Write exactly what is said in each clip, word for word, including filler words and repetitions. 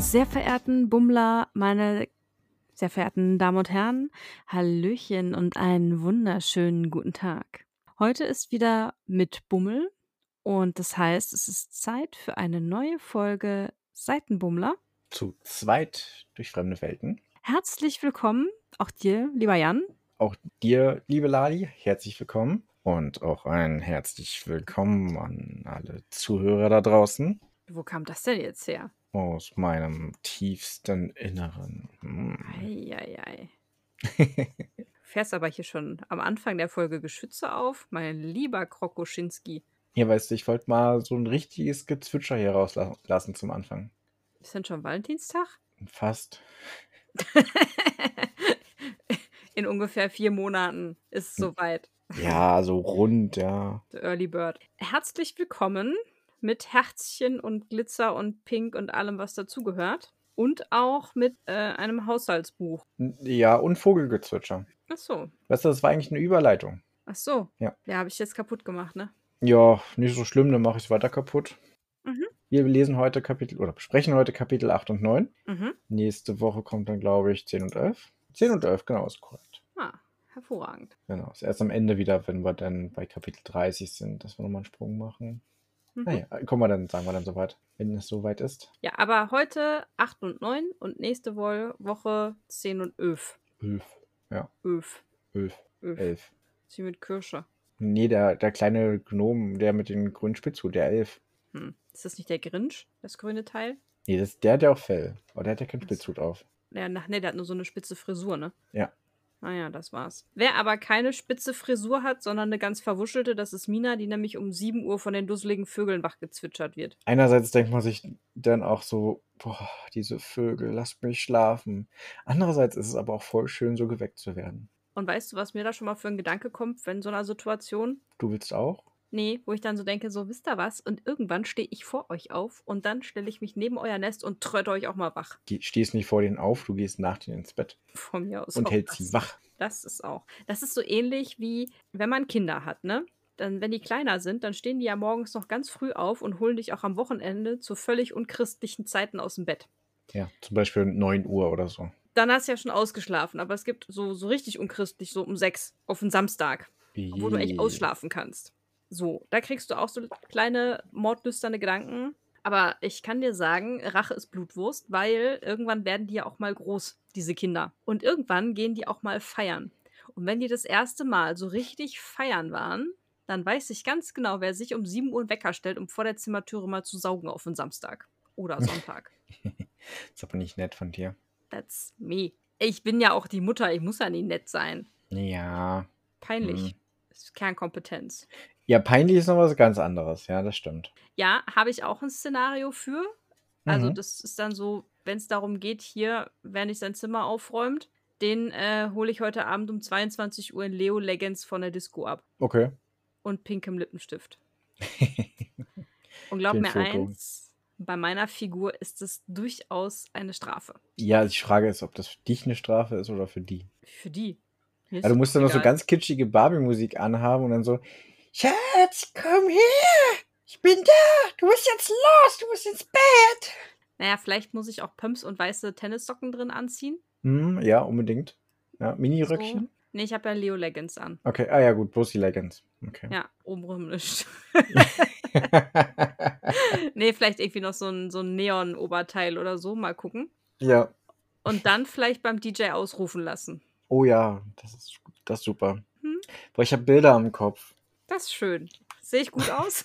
sehr verehrten Bummler, meine sehr verehrten Damen und Herren, Hallöchen und einen wunderschönen guten Tag. Heute ist wieder mit Bummel und das heißt, es ist Zeit für eine neue Folge Seitenbummler. Zu zweit durch fremde Welten. Herzlich willkommen, auch dir, lieber Jan. Auch dir, liebe Lali, herzlich willkommen. Und auch ein herzlich willkommen an alle Zuhörer da draußen. Wo kam das denn jetzt her? Aus meinem tiefsten Inneren. Hm. Eieiei. Du fährst aber hier schon am Anfang der Folge Geschütze auf, mein lieber Krokoschinski. Ja, weißt du, ich wollte mal so ein richtiges Gezwitscher hier rauslassen zum Anfang. Ist denn schon Valentinstag? Fast. In ungefähr vier Monaten ist es soweit. Ja, so rund, ja. The Early Bird. Herzlich willkommen mit Herzchen und Glitzer und Pink und allem, was dazugehört. Und auch mit äh, einem Haushaltsbuch. Ja, und Vogelgezwitscher. Ach so. Weißt du, das war eigentlich eine Überleitung. Ach so. Ja. Ja, habe ich jetzt kaputt gemacht, ne? Ja, nicht so schlimm, dann mache ich es weiter kaputt. Mhm. Wir lesen heute Kapitel, oder besprechen heute Kapitel acht und neun. Mhm. Nächste Woche kommt dann, glaube ich, zehn und elf. zehn und elf, genau, ist korrekt. Ah, hervorragend. Genau, ist erst am Ende wieder, wenn wir dann bei Kapitel dreißig sind, dass wir nochmal einen Sprung machen. Mhm. Naja, kommen wir dann, sagen wir dann soweit, wenn es soweit ist. Ja, aber heute acht und neun und nächste Wo- Woche zehn und elf. elf, ja. elf. elf, elf. elf. Sie mit Kirsche. Nee, der, der kleine Gnom, der mit den grünen Spitzhut, der elf. Hm. Ist das nicht der Grinch, das grüne Teil? Nee, das, der hat ja auch Fell. Aber der hat ja keinen Ach so. Spitzhut auf. Ja, nach, nee, der hat nur so eine spitze Frisur, ne? Ja. Naja, das war's. Wer aber keine spitze Frisur hat, sondern eine ganz verwuschelte, das ist Mina, die nämlich um sieben Uhr von den dusseligen Vögeln wachgezwitschert wird. Einerseits denkt man sich dann auch so, boah, diese Vögel, lasst mich schlafen. Andererseits ist es aber auch voll schön, so geweckt zu werden. Und weißt du, was mir da schon mal für ein Gedanke kommt, wenn so einer Situation? Du willst auch? Nee, wo ich dann so denke, so, wisst ihr was? Und irgendwann stehe ich vor euch auf und dann stelle ich mich neben euer Nest und tröte euch auch mal wach. Du stehst nicht vor denen auf, du gehst nach denen ins Bett. Von mir aus und auch hältst das. sie wach. Das ist auch. Das ist so ähnlich wie, wenn man Kinder hat, ne? Dann, wenn die kleiner sind, dann stehen die ja morgens noch ganz früh auf und holen dich auch am Wochenende zu völlig unchristlichen Zeiten aus dem Bett. Ja, zum Beispiel neun Uhr oder so. Dann hast du ja schon ausgeschlafen, aber es gibt so, so richtig unchristlich, so um sechs auf den Samstag, wo du echt ausschlafen kannst. So, da kriegst du auch so kleine mordlüsterne Gedanken. Aber ich kann dir sagen, Rache ist Blutwurst, weil irgendwann werden die ja auch mal groß, diese Kinder. Und irgendwann gehen die auch mal feiern. Und wenn die das erste Mal so richtig feiern waren, dann weiß ich ganz genau, wer sich um sieben Uhr einen Wecker stellt, um vor der Zimmertüre mal zu saugen auf den Samstag. Oder Sonntag. Ist aber nicht nett von dir. That's me. Ich bin ja auch die Mutter, ich muss ja nicht nett sein. Ja. Peinlich. Hm. Das ist Kernkompetenz. Ja, peinlich ist noch was ganz anderes. Ja, das stimmt. Ja, habe ich auch ein Szenario für. Also Mhm. das ist dann so, wenn es darum geht, hier, wer nicht sein Zimmer aufräumt, den äh, hole ich heute Abend um zweiundzwanzig Uhr in Leo Legends von der Disco ab. Okay. Und pinkem Lippenstift. Und glaub Den mir Foto. eins, bei meiner Figur ist es durchaus eine Strafe. Ja, die Frage ist, ob das für dich eine Strafe ist oder für die. Für die. Mir ist Also du das musst dann noch so egal. ganz kitschige Barbie-Musik anhaben und dann so, Schatz, komm her, ich bin da, du musst jetzt los, du musst ins Bett. Naja, vielleicht muss ich auch Pumps und weiße Tennissocken drin anziehen. Hm, ja, unbedingt. Ja, Mini-Röckchen? So. Nee, ich habe ja Leo Legends an. Okay, ah ja gut, bloß die Leggings. Okay. Ja, obenrum nicht. Nee, vielleicht irgendwie noch so ein, so ein Neon-Oberteil oder so. Mal gucken. Ja. Und dann vielleicht beim D J ausrufen lassen. Oh ja, das ist, das ist super. Hm? Boah, ich habe Bilder im Kopf. Das ist schön. Sehe ich gut aus?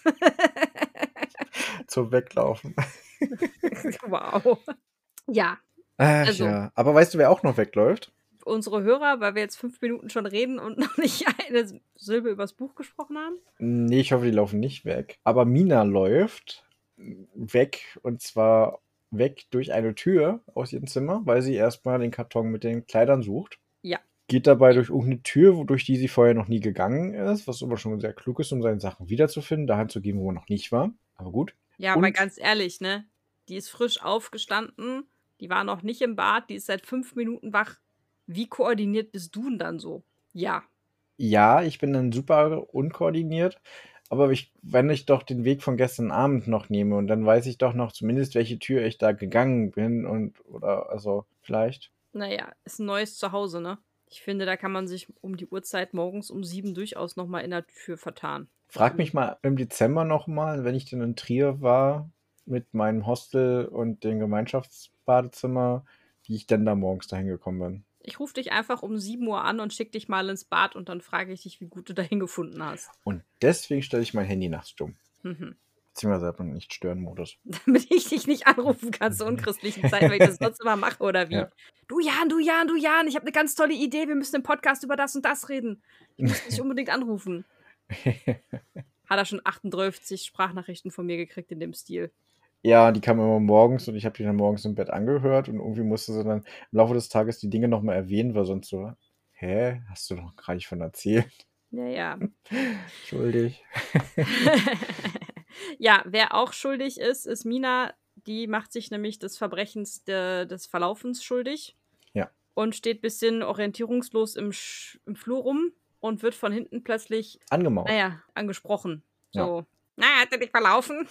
Zum Weglaufen. Wow. Ja, Ach also ja, aber weißt du, wer auch noch wegläuft? unsere Hörer, weil wir jetzt fünf Minuten schon reden und noch nicht eine Silbe übers Buch gesprochen haben. Nee, ich hoffe, die laufen nicht weg. Aber Mina läuft weg und zwar weg durch eine Tür aus ihrem Zimmer, weil sie erstmal den Karton mit den Kleidern sucht. Ja. Geht dabei durch irgendeine Tür, wo- durch die sie vorher noch nie gegangen ist, was aber schon sehr klug ist, um seine Sachen wiederzufinden, dahin zu gehen, wo er noch nicht war. Aber gut. Ja, Und- aber ganz ehrlich, ne? Die ist frisch aufgestanden, die war noch nicht im Bad, die ist seit fünf Minuten wach. Wie koordiniert bist du denn dann so? Ja. Ja, ich bin dann super unkoordiniert. Aber ich, wenn ich doch den Weg von gestern Abend noch nehme und dann weiß ich doch noch zumindest, welche Tür ich da gegangen bin und, oder, also, vielleicht. Naja, ist ein neues Zuhause, ne? Ich finde, da kann man sich um die Uhrzeit morgens um sieben durchaus nochmal in der Tür vertan. Frag mich mal im Dezember nochmal, wenn ich dann in Trier war, mit meinem Hostel und dem Gemeinschaftsbadezimmer, wie ich denn da morgens dahin gekommen bin. Ich rufe dich einfach um sieben Uhr an und schick dich mal ins Bad und dann frage ich dich, wie gut du dahin gefunden hast. Und deswegen stelle ich mein Handy nachts stumm. Mhm. Beziehungsweise hat man nicht Stören-Modus. Damit ich dich nicht anrufen kann zu unchristlichen Zeiten, weil ich das sonst immer mache, oder wie? Ja. Du Jan, du Jan, du Jan, ich habe eine ganz tolle Idee, wir müssen im Podcast über das und das reden. Ich muss dich unbedingt anrufen. Hat er schon achtunddreißig Sprachnachrichten von mir gekriegt in dem Stil. Ja, die kamen immer morgens und ich habe die dann morgens im Bett angehört und irgendwie musste sie dann im Laufe des Tages die Dinge nochmal erwähnen, weil sonst so, hä, hast du noch gar nicht von erzählt? Ja, ja. Schuldig. Ja, wer auch schuldig ist, ist Mina. Die macht sich nämlich des Verbrechens de, des Verlaufens schuldig. Ja. Und steht ein bisschen orientierungslos im, Sch im Flur rum und wird von hinten plötzlich, Angemaut. naja, angesprochen. So, Ja. na, hat er dich verlaufen?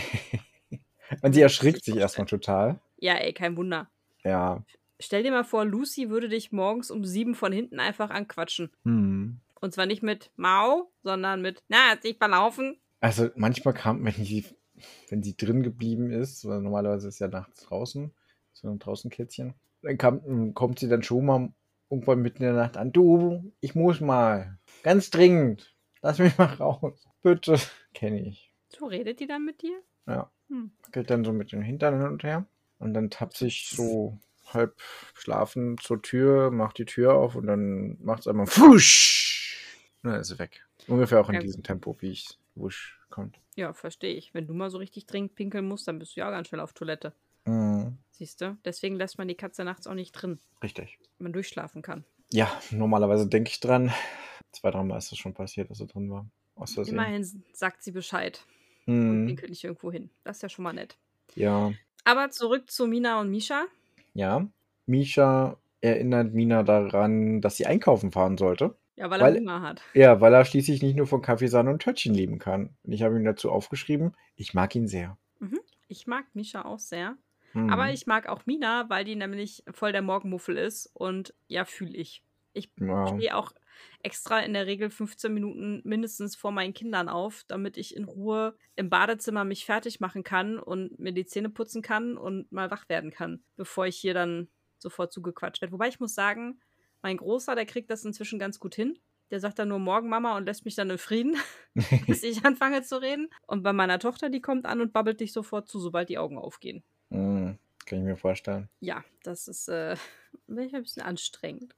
Und sie erschrickt sich erstmal total. Ja, ey, kein Wunder. Ja. Stell dir mal vor, Lucy würde dich morgens um sieben von hinten einfach anquatschen. Hm. Und zwar nicht mit Mau, sondern mit, na, hat sich verlaufen? Also manchmal kam, wenn sie, wenn sie drin geblieben ist, weil normalerweise ist ja nachts draußen, so ein Draußenkätzchen, dann kam, kommt sie dann schon mal irgendwann mitten in der Nacht an. Du, ich muss mal. Ganz dringend. Lass mich mal raus. Bitte. Kenne ich. So redet die dann mit dir? Ja. Hm. Geht dann so mit den Hintern hin und her. Und dann tappt sich so halb schlafen zur Tür, macht die Tür auf und dann macht es einmal Fusch. Und dann ist sie weg. Ungefähr auch in Ja. diesem Tempo, wie ich Wusch kommt. Ja, verstehe ich. Wenn du mal so richtig dringend pinkeln musst, dann bist du ja auch ganz schnell auf Toilette. Mhm. Siehst du? Deswegen lässt man die Katze nachts auch nicht drin. Richtig. Wenn man durchschlafen kann. Ja, normalerweise denke ich dran. Zwei, dreimal ist das schon passiert, dass sie drin war. Aus Versehen. Immerhin sagt sie Bescheid. Und Mhm. pinkelt nicht irgendwo hin. Das ist ja schon mal nett. Ja. Aber zurück zu Mina und Misha. Ja. Misha erinnert Mina daran, dass sie einkaufen fahren sollte. Ja, weil, Weil- er Hunger hat. Ja, weil er schließlich nicht nur von Kaffeesahne und Törtchen leben kann. Und ich habe ihm dazu aufgeschrieben, ich mag ihn sehr. Ich mag Misha auch sehr. Mhm. Aber ich mag auch Mina, weil die nämlich voll der Morgenmuffel ist. Und ja, fühle ich. Ich Ja. stehe auch extra in der Regel fünfzehn Minuten mindestens vor meinen Kindern auf, damit ich in Ruhe im Badezimmer mich fertig machen kann und mir die Zähne putzen kann und mal wach werden kann, bevor ich hier dann sofort zugequatscht werde. Wobei ich muss sagen, mein Großer, der kriegt das inzwischen ganz gut hin. Der sagt dann nur morgen Mama und lässt mich dann in Frieden, bis ich anfange zu reden. Und bei meiner Tochter, die kommt an und babbelt dich sofort zu, sobald die Augen aufgehen. Mhm. Kann ich mir vorstellen. Ja, das ist äh, manchmal ein bisschen anstrengend.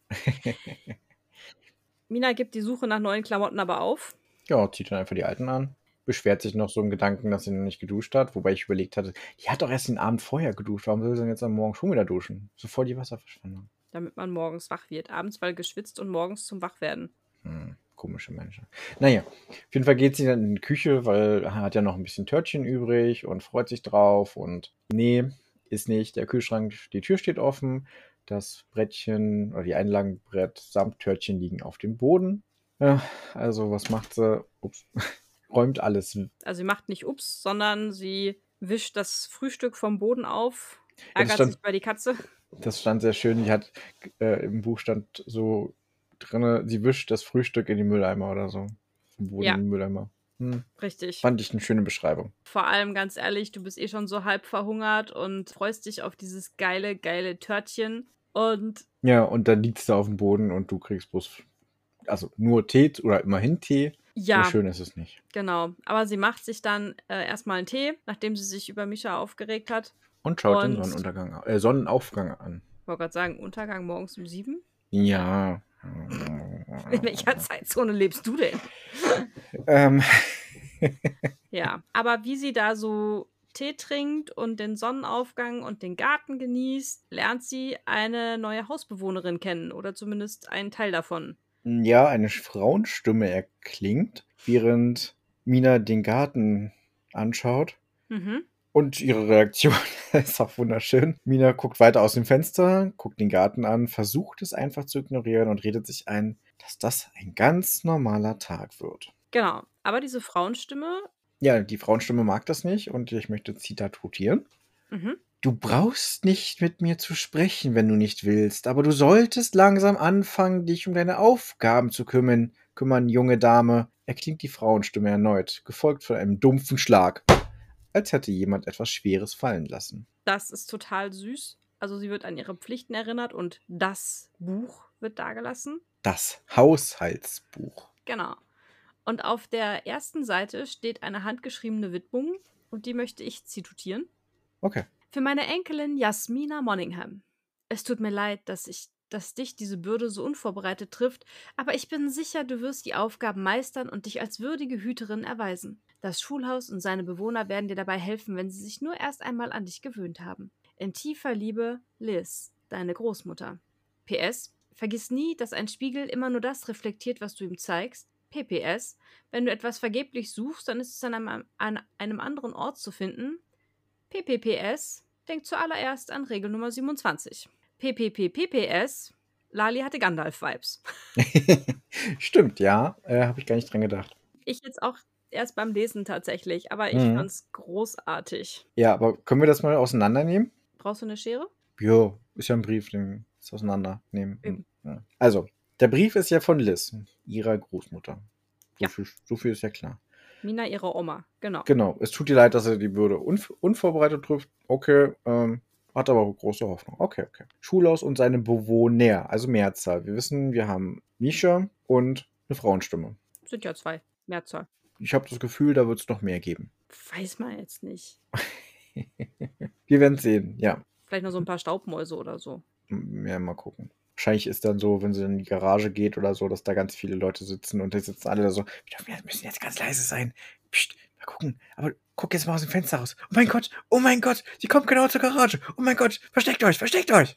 Mina gibt die Suche nach neuen Klamotten aber auf. Ja, zieht dann einfach die alten an. Beschwert sich noch so im Gedanken, dass sie noch nicht geduscht hat. Wobei ich überlegt hatte, die hat doch erst den Abend vorher geduscht. Warum soll sie denn jetzt am Morgen schon wieder duschen? Sofort die Wasserverschwendung. Damit man morgens wach wird. Abends, weil geschwitzt und morgens zum Wachwerden. Hm, komische Menschen. Naja, auf jeden Fall geht sie dann in die Küche, weil er hat ja noch ein bisschen Törtchen übrig und freut sich drauf. Und nee, ist nicht. Der Kühlschrank, die Tür steht offen. Das Brettchen oder die Einlagenbrett samt Törtchen liegen auf dem Boden. Ja, also was macht sie? Ups. Räumt alles. Also sie macht nicht ups, sondern sie wischt das Frühstück vom Boden auf, Ja, das ärgert stand- sich bei die Katze. Das stand sehr schön. Die hat äh, im Buch stand so drin, sie wischt das Frühstück in die Mülleimer oder so. Vom Boden Ja. in den Mülleimer. Hm. Richtig. Fand ich eine schöne Beschreibung. Vor allem, ganz ehrlich, du bist eh schon so halb verhungert und freust dich auf dieses geile, geile Törtchen. Und Ja, und dann liegst du auf dem Boden und du kriegst bloß, also nur Tee oder immerhin Tee. ja, So schön ist es nicht. genau. Aber sie macht sich dann äh, erstmal einen Tee, nachdem sie sich über Misha aufgeregt hat. Und schaut den Und- Sonnenuntergang, an- äh, Sonnenaufgang an. Ich wollte gerade sagen, Untergang morgens um sieben. Ja. In welcher Zeitzone lebst du denn? ähm, Ja, aber wie sie da so Tee trinkt und den Sonnenaufgang und den Garten genießt, lernt sie eine neue Hausbewohnerin kennen oder zumindest einen Teil davon. ja, eine Frauenstimme erklingt, während Mina den Garten anschaut. Mhm. Und ihre Reaktion ist auch wunderschön. Mina guckt weiter aus dem Fenster, guckt den Garten an, versucht es einfach zu ignorieren und redet sich ein, dass das ein ganz normaler Tag wird. Genau. Aber diese Frauenstimme. Ja, die Frauenstimme mag das nicht und ich möchte Zitat quotieren. Mhm. Du brauchst nicht mit mir zu sprechen, wenn du nicht willst, aber du solltest langsam anfangen, dich um deine Aufgaben zu kümmern, kümmern, junge Dame. Erklingt die Frauenstimme erneut, gefolgt von einem dumpfen Schlag, als hätte jemand etwas Schweres fallen lassen. Das ist total süß. Also sie wird an ihre Pflichten erinnert und das Buch wird dagelassen. Das Haushaltsbuch. Genau. Und auf der ersten Seite steht eine handgeschriebene Widmung und die möchte ich zitieren. Okay. Für meine Enkelin Jasmina Monningham. Es tut mir leid, dass ich, dass dich diese Bürde so unvorbereitet trifft, aber ich bin sicher, du wirst die Aufgaben meistern und dich als würdige Hüterin erweisen. Das Schulhaus und seine Bewohner werden dir dabei helfen, wenn sie sich nur erst einmal an dich gewöhnt haben. In tiefer Liebe, Liz, deine Großmutter. P S. Vergiss nie, dass ein Spiegel immer nur das reflektiert, was du ihm zeigst. P P S. Wenn du etwas vergeblich suchst, dann ist es an einem, an einem anderen Ort zu finden. P P P S. Denk zuallererst an Regel Nummer siebenundzwanzig. P P P P P S. Lali hatte Gandalf-Vibes. Stimmt, ja. Äh, Habe ich gar nicht dran gedacht. Ich jetzt auch erst beim Lesen tatsächlich, aber ich Mhm. fand's großartig. Ja, aber können wir das mal auseinandernehmen? Brauchst du eine Schere? Jo, ist ja ein Brief, den ist auseinandernehmen. Eben. Ja. Also, der Brief ist ja von Liz, ihrer Großmutter. So, Ja. viel, so viel ist ja klar. Mina, ihre Oma, genau. Genau, es tut dir leid, dass er die Bürde unv unvorbereitet trifft. Okay, ähm, hat aber auch große Hoffnung. Okay, okay. Schulhaus und seine Bewohner, also Mehrzahl. Wir wissen, wir haben Misha und eine Frauenstimme. Sind ja zwei, Mehrzahl. Ich habe das Gefühl, da wird es noch mehr geben. Weiß man jetzt nicht. Wir werden sehen, ja. Vielleicht noch so ein paar Staubmäuse oder so. M- Ja, mal gucken. Wahrscheinlich ist dann so, wenn sie in die Garage geht oder so, dass da ganz viele Leute sitzen und die sitzen alle da so, wir dürfen- wir müssen jetzt ganz leise sein. Psst, mal gucken. Aber guck jetzt mal aus dem Fenster raus. Oh mein Gott, oh mein Gott, sie kommt genau zur Garage. Oh mein Gott, versteckt euch, versteckt euch.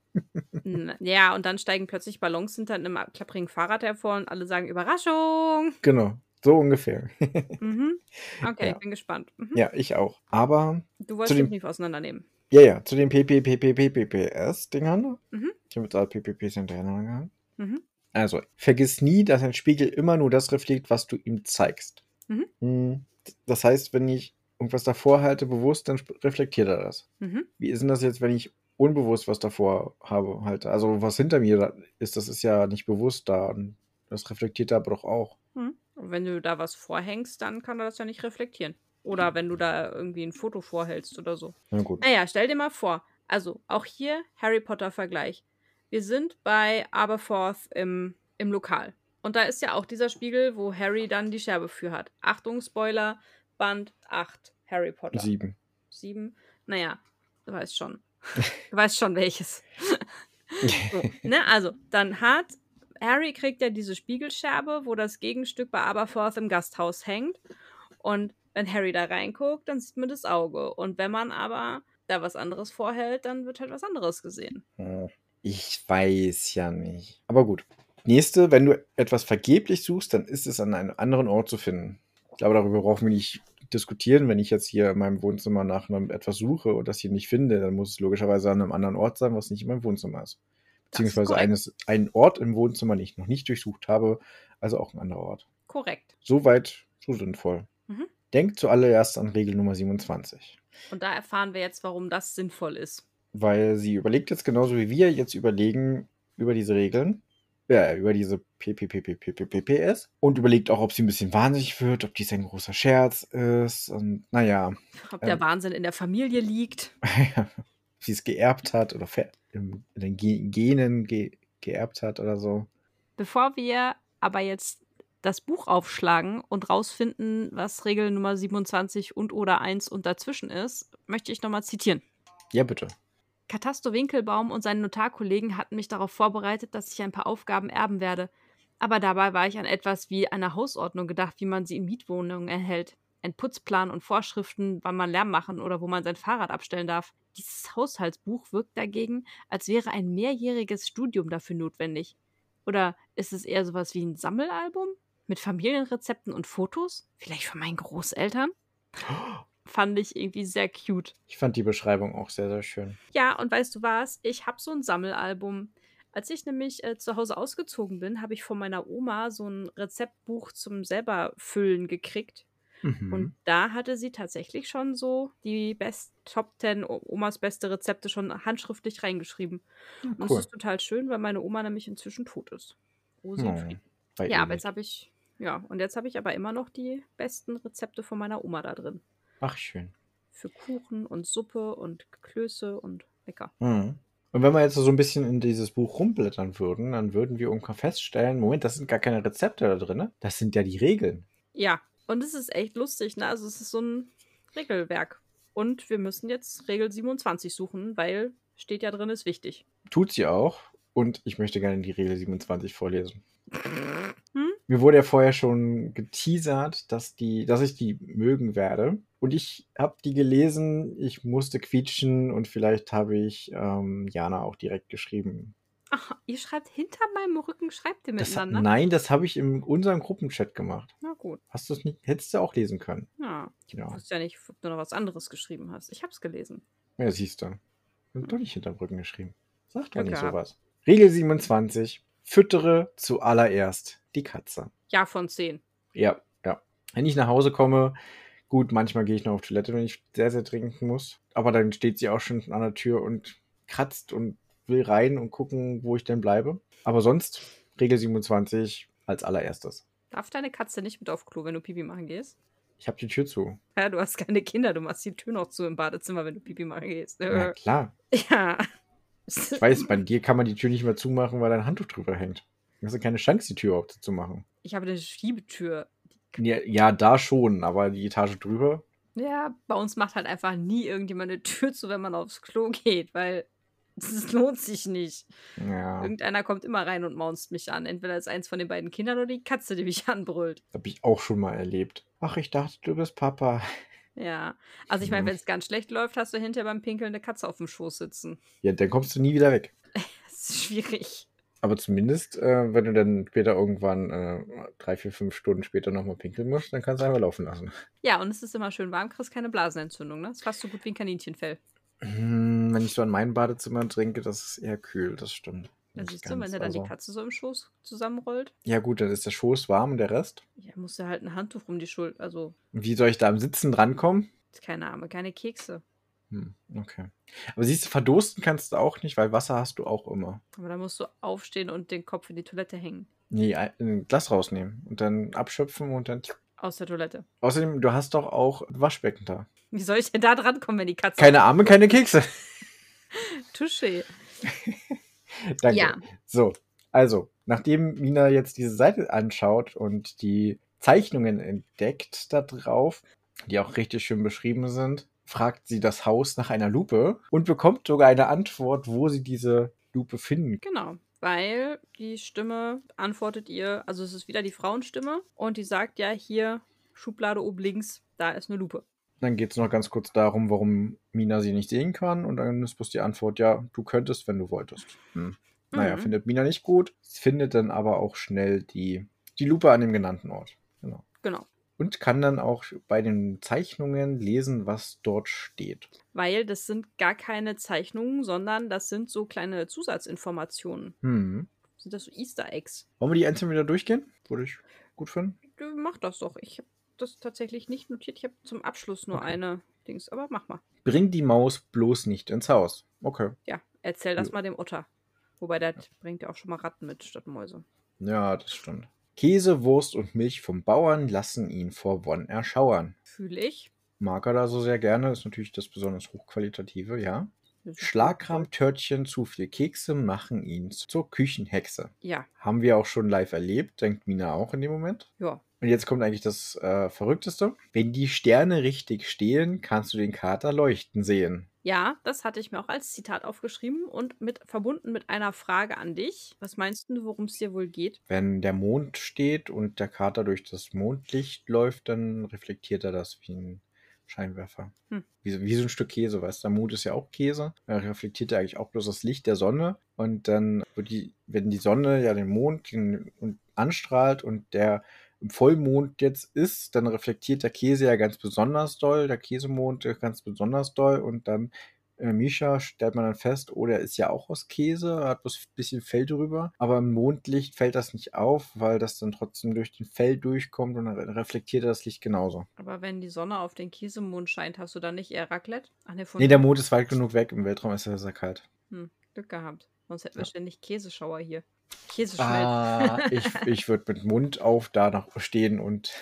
N- Ja, und dann steigen plötzlich Ballons hinter einem klapprigen Fahrrad hervor und alle sagen Überraschung. Genau, so ungefähr. Mhm. Okay, Ja. ich bin gespannt. Mhm. Ja, ich auch. Aber Du zu wolltest dem- den Brief auseinandernehmen. ja, ja, zu den P P P P P P P S-Dingern. Mhm. Ich habe jetzt alle P P Ps hintereinander gehabt. Mhm. Also, vergiss nie, dass ein Spiegel immer nur das reflektiert, was du ihm zeigst. Mhm. Hm, Das heißt, wenn ich irgendwas davor halte, bewusst, dann sp- reflektiert er das. Mhm. Wie ist denn das jetzt, wenn ich unbewusst was davor habe, halte? Also, was hinter mir da ist, das ist ja nicht bewusst da. Und das reflektiert er aber doch auch. Mhm. Und wenn du da was vorhängst, dann kann er das ja nicht reflektieren. Oder wenn du da irgendwie ein Foto vorhältst oder so. Na gut. Naja, stell dir mal vor. Also, auch hier Harry Potter-Vergleich. Wir sind bei Aberforth im, im Lokal. Und da ist ja auch dieser Spiegel, wo Harry dann die Scherbe für hat. Achtung, Spoiler, Band acht, Harry Potter. Sieben. Sieben? Naja, du weißt schon. Du weißt schon welches. So, ne? Also, dann hat Harry kriegt ja diese Spiegelscherbe, wo das Gegenstück bei Aberforth im Gasthaus hängt. Und wenn Harry da reinguckt, dann sieht man das Auge. Und wenn man aber da was anderes vorhält, dann wird halt was anderes gesehen. Hm, Ich weiß ja nicht. Aber gut. Nächste, wenn du etwas vergeblich suchst, dann ist es an einem anderen Ort zu finden. Ich glaube, darüber brauchen wir nicht diskutieren. Wenn ich jetzt hier in meinem Wohnzimmer nach einem etwas suche und das hier nicht finde, dann muss es logischerweise an einem anderen Ort sein, was nicht in meinem Wohnzimmer ist. Beziehungsweise korrekt. eines, einen Ort im Wohnzimmer, den ich noch nicht durchsucht habe, also auch ein anderer Ort. Korrekt. Soweit, so sinnvoll. Mhm. Denkt zuallererst an Regel Nummer siebenundzwanzig. Und da erfahren wir jetzt, warum das sinnvoll ist. Weil sie überlegt jetzt genauso wie wir jetzt überlegen über diese Regeln, ja, über diese P P P P P P P P S und überlegt auch, ob sie ein bisschen wahnsinnig wird, ob dies ein großer Scherz ist und naja, Ob der Ähm. Wahnsinn in der Familie liegt. ob sie es geerbt hat oder ver- in den Ge- Genen ge geerbt hat oder so. Bevor wir aber jetzt das Buch aufschlagen und rausfinden, was Regel Nummer siebenundzwanzig und oder eins und dazwischen ist, möchte ich nochmal zitieren. Ja, bitte. Katasto Winkelbaum und seine Notarkollegen hatten mich darauf vorbereitet, dass ich ein paar Aufgaben erben werde. Aber dabei war ich an etwas wie eine Hausordnung gedacht, wie man sie in Mietwohnungen erhält. Ein Putzplan und Vorschriften, wann man Lärm machen oder wo man sein Fahrrad abstellen darf. Dieses Haushaltsbuch wirkt dagegen, als wäre ein mehrjähriges Studium dafür notwendig. Oder ist es eher sowas wie ein Sammelalbum? Mit Familienrezepten und Fotos? Vielleicht von meinen Großeltern? Fand ich irgendwie sehr cute. Ich fand die Beschreibung auch sehr, sehr schön. Ja, und weißt du was? Ich habe so ein Sammelalbum. Als ich nämlich äh, zu Hause ausgezogen bin, habe ich von meiner Oma so ein Rezeptbuch zum selber füllen gekriegt. Und Mhm. da hatte sie tatsächlich schon so die best Top zehn O Omas beste Rezepte schon handschriftlich reingeschrieben. Ja, Und es cool. ist total schön, weil meine Oma nämlich inzwischen tot ist. Ruhe sie in Oh, Frieden. war Ja, aber ewig. jetzt habe ich ja, und jetzt habe ich aber immer noch die besten Rezepte von meiner Oma da drin. Ach, schön. Für Kuchen und Suppe und Klöße und lecker. Mhm. Und wenn wir jetzt so ein bisschen in dieses Buch rumblättern würden, dann würden wir irgendwann feststellen, Moment, das sind gar keine Rezepte da drin, das sind ja die Regeln. Ja, und es ist echt lustig, ne? Also, es ist so ein Regelwerk. Und wir müssen jetzt Regel siebenundzwanzig suchen, weil steht ja drin, ist wichtig. Tut sie auch. Und ich möchte gerne die Regel siebenundzwanzig vorlesen. Hm? Mir wurde ja vorher schon geteasert, dass, die, dass ich die mögen werde. Und ich habe die gelesen, ich musste quietschen und vielleicht habe ich ähm, Jana auch direkt geschrieben. Ach, ihr schreibt hinter meinem Rücken, schreibt ihr Das, ha- miteinander? nein, das habe ich in unserem Gruppenchat gemacht. Na gut. Hast du es nicht? Hättest du auch lesen können. Ja, ich Ja, wusste ja nicht, ob du noch was anderes geschrieben hast. Ich hab's gelesen. ja siehst du. Und doch nicht hinterm Rücken geschrieben. Sag doch Glück nicht gehabt. sowas. Regel siebenundzwanzig. Füttere zuallererst die Katze. Ja, von zehn. Ja, ja. Wenn ich nach Hause komme, gut, manchmal gehe ich noch auf Toilette, wenn ich sehr, sehr trinken muss. Aber dann steht sie auch schon an der Tür und kratzt und will rein und gucken, wo ich denn bleibe. Aber sonst, Regel siebenundzwanzig als allererstes. Darf deine Katze nicht mit auf Klo, wenn du Pipi machen gehst? Ich habe die Tür zu. Ja, du hast keine Kinder, du machst die Tür noch zu im Badezimmer, wenn du Pipi machen gehst. Na Äh, klar. ja. Ich weiß, bei dir kann man die Tür nicht mehr zumachen, weil ein Handtuch drüber hängt. Du hast ja keine Chance, die Tür überhaupt zu machen. Ich habe eine Schiebetür. Ja, ja, da schon, aber die Etage drüber. Ja, bei uns macht halt einfach nie irgendjemand eine Tür zu, wenn man aufs Klo geht, weil das lohnt sich nicht. Ja, Irgendeiner kommt immer rein und maunzt mich an. Entweder ist eins von den beiden Kindern oder die Katze, die mich anbrüllt. habe ich auch schon mal erlebt. Ach, ich dachte, du bist Papa. Ja. Also ich meine, Hm. wenn es ganz schlecht läuft, hast du hinterher beim Pinkeln eine Katze auf dem Schoß sitzen. Ja, dann kommst du nie wieder weg. Das ist schwierig. Aber zumindest, äh, wenn du dann später irgendwann äh, drei, vier, fünf Stunden später nochmal pinkeln musst, dann kannst du einfach laufen lassen. Ja, und es ist immer schön warm, kriegst keine Blasenentzündung, ne? Das ist fast so gut wie ein Kaninchenfell. Hm, wenn ich so an mein Badezimmer trinke, das ist eher kühl, das stimmt. Da Nicht siehst du, wenn ganz, dir dann die also. Katze so im Schoß zusammenrollt, Ja gut, dann ist der Schoß warm und der Rest. ja, musst du halt ein Handtuch um die Schulter, also Und wie soll ich da am Sitzen drankommen? keine Arme, keine Kekse. Hm, okay. Aber siehst du, verdursten kannst du auch nicht, weil Wasser hast du auch immer. Aber da musst du aufstehen und den Kopf in die Toilette hängen. Nee, ein, ein Glas rausnehmen und dann abschöpfen und dann. Aus der Toilette. Außerdem, du hast doch auch ein Waschbecken da. Wie soll ich denn da dran kommen, wenn die Katze. Keine Arme, keine Kekse. Touché. Danke. Ja. So, also, nachdem Mina jetzt diese Seite anschaut und die Zeichnungen entdeckt da drauf, die auch richtig schön beschrieben sind, fragt sie das Haus nach einer Lupe und bekommt sogar eine Antwort, wo sie diese Lupe finden. Genau. Weil die Stimme antwortet ihr, also es ist wieder die Frauenstimme und die sagt ja hier, Schublade oben links, da ist eine Lupe. Dann geht es noch ganz kurz darum, warum Mina sie nicht sehen kann. Und dann ist bloß die Antwort, ja, du könntest, wenn du wolltest. Hm. Naja, Mhm. findet Mina nicht gut, findet dann aber auch schnell die, die Lupe an dem genannten Ort. Genau. Genau. Und kann dann auch bei den Zeichnungen lesen, was dort steht. Weil das sind gar keine Zeichnungen, sondern das sind so kleine Zusatzinformationen. Hm. Sind das so Easter Eggs? Wollen wir die einzeln wieder durchgehen? Würde ich gut finden. Du, mach das doch. Ich habe das tatsächlich nicht notiert. Ich habe zum Abschluss nur Okay. eine Dings, aber mach mal. Bring die Maus bloß nicht ins Haus. Okay. Ja, erzähl das Jo. mal dem Otter. Wobei, der bringt ja auch schon mal Ratten mit statt Mäuse. Ja, das stimmt. Käse, Wurst und Milch vom Bauern lassen ihn vor Wonn erschauern. Fühle ich. Mag er da so sehr gerne, ist natürlich das besonders hochqualitative, ja. Das ist Schlagrahm, Törtchen, zu viel Kekse machen ihn zur Küchenhexe. Ja, Haben wir auch schon live erlebt, denkt Mina auch in dem Moment. ja. Und jetzt kommt eigentlich das äh, Verrückteste. Wenn die Sterne richtig stehen, kannst du den Kater leuchten sehen. Ja, das hatte ich mir auch als Zitat aufgeschrieben und mit verbunden mit einer Frage an dich. Was meinst du, worum es dir wohl geht? Wenn der Mond steht und der Kater durch das Mondlicht läuft, dann reflektiert er das wie ein Scheinwerfer. Hm. Wie, so- wie so ein Stück Käse, weißt du? Der Mond ist ja auch Käse. Er reflektiert ja eigentlich auch bloß das Licht der Sonne. Und dann wird die, wenn die Sonne ja den Mond den, und anstrahlt und der im Vollmond jetzt ist, dann reflektiert der Käse ja ganz besonders doll, der Käsemond ganz besonders doll und dann äh, Misha stellt man dann fest, oh, der ist ja auch aus Käse, hat bloß ein bisschen Fell drüber. Aber im Mondlicht fällt das nicht auf, weil das dann trotzdem durch den Fell durchkommt und dann re- reflektiert das Licht genauso. Aber wenn die Sonne auf den Käsemond scheint, hast du dann nicht eher Raclette? Ach ne, von Nee, der oben. Mond ist weit genug weg, im Weltraum ist er sehr kalt. Hm, Glück gehabt. Sonst hätten wir Ja. ständig Käseschauer hier. Käseschmelz. Ah, ich, ich würde mit Mund auf da noch stehen und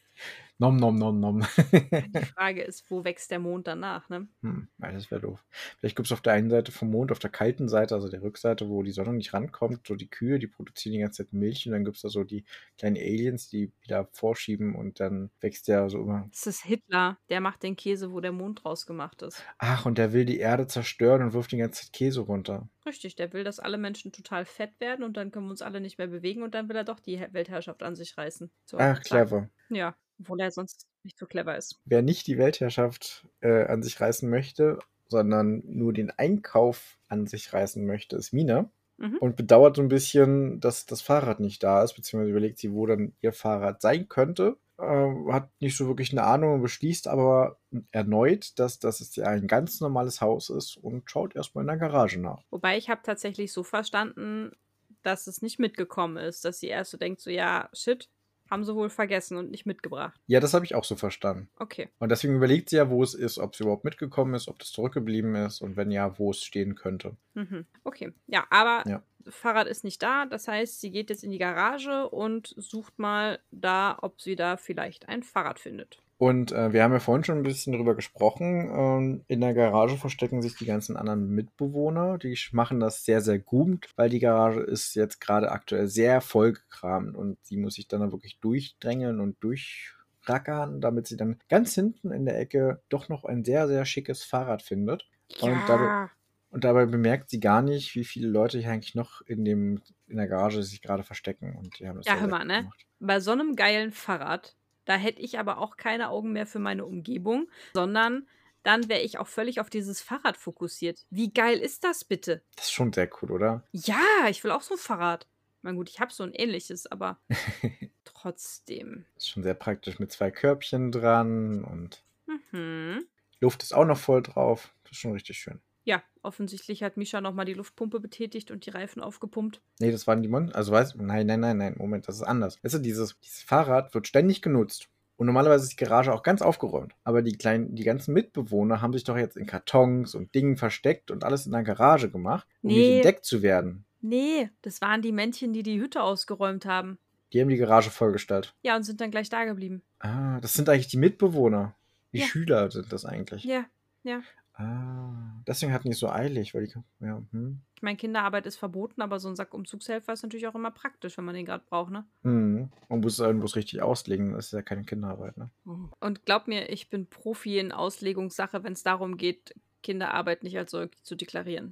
nom nom nom nom. Die Frage ist, wo wächst der Mond danach, ne? Hm, ja, das wäre doof. Vielleicht gibt es auf der einen Seite vom Mond, auf der kalten Seite, also der Rückseite, wo die Sonne nicht rankommt, so die Kühe, die produzieren die ganze Zeit Milch und dann gibt es da so die kleinen Aliens, die wieder vorschieben und dann wächst der so immer. Das ist Hitler, der macht den Käse, wo der Mond draus gemacht ist. Ach, und der will die Erde zerstören und wirft die ganze Zeit Käse runter. Richtig, der will, dass alle Menschen total fett werden und dann können wir uns alle nicht mehr bewegen und dann will er doch die He- Weltherrschaft an sich reißen. So, Ach, zack. clever. Ja, obwohl er sonst nicht so clever ist. Wer nicht die Weltherrschaft äh, an sich reißen möchte, sondern nur den Einkauf an sich reißen möchte, ist Mina. Mhm. Und bedauert so ein bisschen, dass das Fahrrad nicht da ist, beziehungsweise überlegt sie, wo dann ihr Fahrrad sein könnte. Ähm, hat nicht so wirklich eine Ahnung, beschließt aber erneut, dass das jetzt ja ein ganz normales Haus ist und schaut erstmal in der Garage nach. Wobei ich habe tatsächlich so verstanden, dass es nicht mitgekommen ist, dass sie erst so denkt, so ja, shit, haben sie wohl vergessen und nicht mitgebracht. Ja, das habe ich auch so verstanden. Okay. Und deswegen überlegt sie ja, wo es ist, ob es überhaupt mitgekommen ist, ob das zurückgeblieben ist und wenn ja, wo es stehen könnte. Mhm. Okay. Ja, aber Ja. Fahrrad ist nicht da. Das heißt, sie geht jetzt in die Garage und sucht mal da, ob sie da vielleicht ein Fahrrad findet. Und äh, wir haben ja vorhin schon ein bisschen drüber gesprochen. Ähm, in der Garage verstecken sich die ganzen anderen Mitbewohner. Die sch- machen das sehr, sehr gut, weil die Garage ist jetzt gerade aktuell sehr vollgekramt und sie muss sich dann da wirklich durchdrängeln und durchrackern, damit sie dann ganz hinten in der Ecke doch noch ein sehr, sehr schickes Fahrrad findet. Und dabei, Ja. und dabei bemerkt sie gar nicht, wie viele Leute hier eigentlich noch in dem, in der Garage sich gerade verstecken. Und die haben das Ja, sehr, hör sehr mal, gut ne? gemacht. Bei so einem geilen Fahrrad, da hätte ich aber auch keine Augen mehr für meine Umgebung, sondern dann wäre ich auch völlig auf dieses Fahrrad fokussiert. Wie geil ist das bitte? Das ist schon sehr cool, oder? Ja, ich will auch so ein Fahrrad. Na gut, ich habe so ein ähnliches, aber trotzdem. Ist schon sehr praktisch mit zwei Körbchen dran und Mhm. Luft ist auch noch voll drauf. Das ist schon richtig schön. Ja, offensichtlich hat Misha nochmal die Luftpumpe betätigt und die Reifen aufgepumpt. Nee, das waren die Mon Also weiß, nein, nein, nein, nein, Moment, das ist anders. Weißt du, dieses, dieses Fahrrad wird ständig genutzt. Und normalerweise ist die Garage auch ganz aufgeräumt. Aber die kleinen, die ganzen Mitbewohner haben sich doch jetzt in Kartons und Dingen versteckt und alles in der Garage gemacht, um nicht Nee. entdeckt zu werden. Nee, das waren die Männchen, die die Hütte ausgeräumt haben. Die haben die Garage vollgestellt. Ja, und sind dann gleich da geblieben. Ah, das sind eigentlich die Mitbewohner. Die Ja. Schüler sind das eigentlich. Ja, ja. Ah, deswegen hatten die es so eilig, weil die, ja, hm. Ich meine, Kinderarbeit ist verboten, aber so ein Sack Umzugshelfer ist natürlich auch immer praktisch, wenn man den gerade braucht, ne? Mhm. Man muss es halt bloß richtig auslegen, das ist ja keine Kinderarbeit, ne? Und glaub mir, ich bin Profi in Auslegungssache, wenn es darum geht, Kinderarbeit nicht als solche zu deklarieren.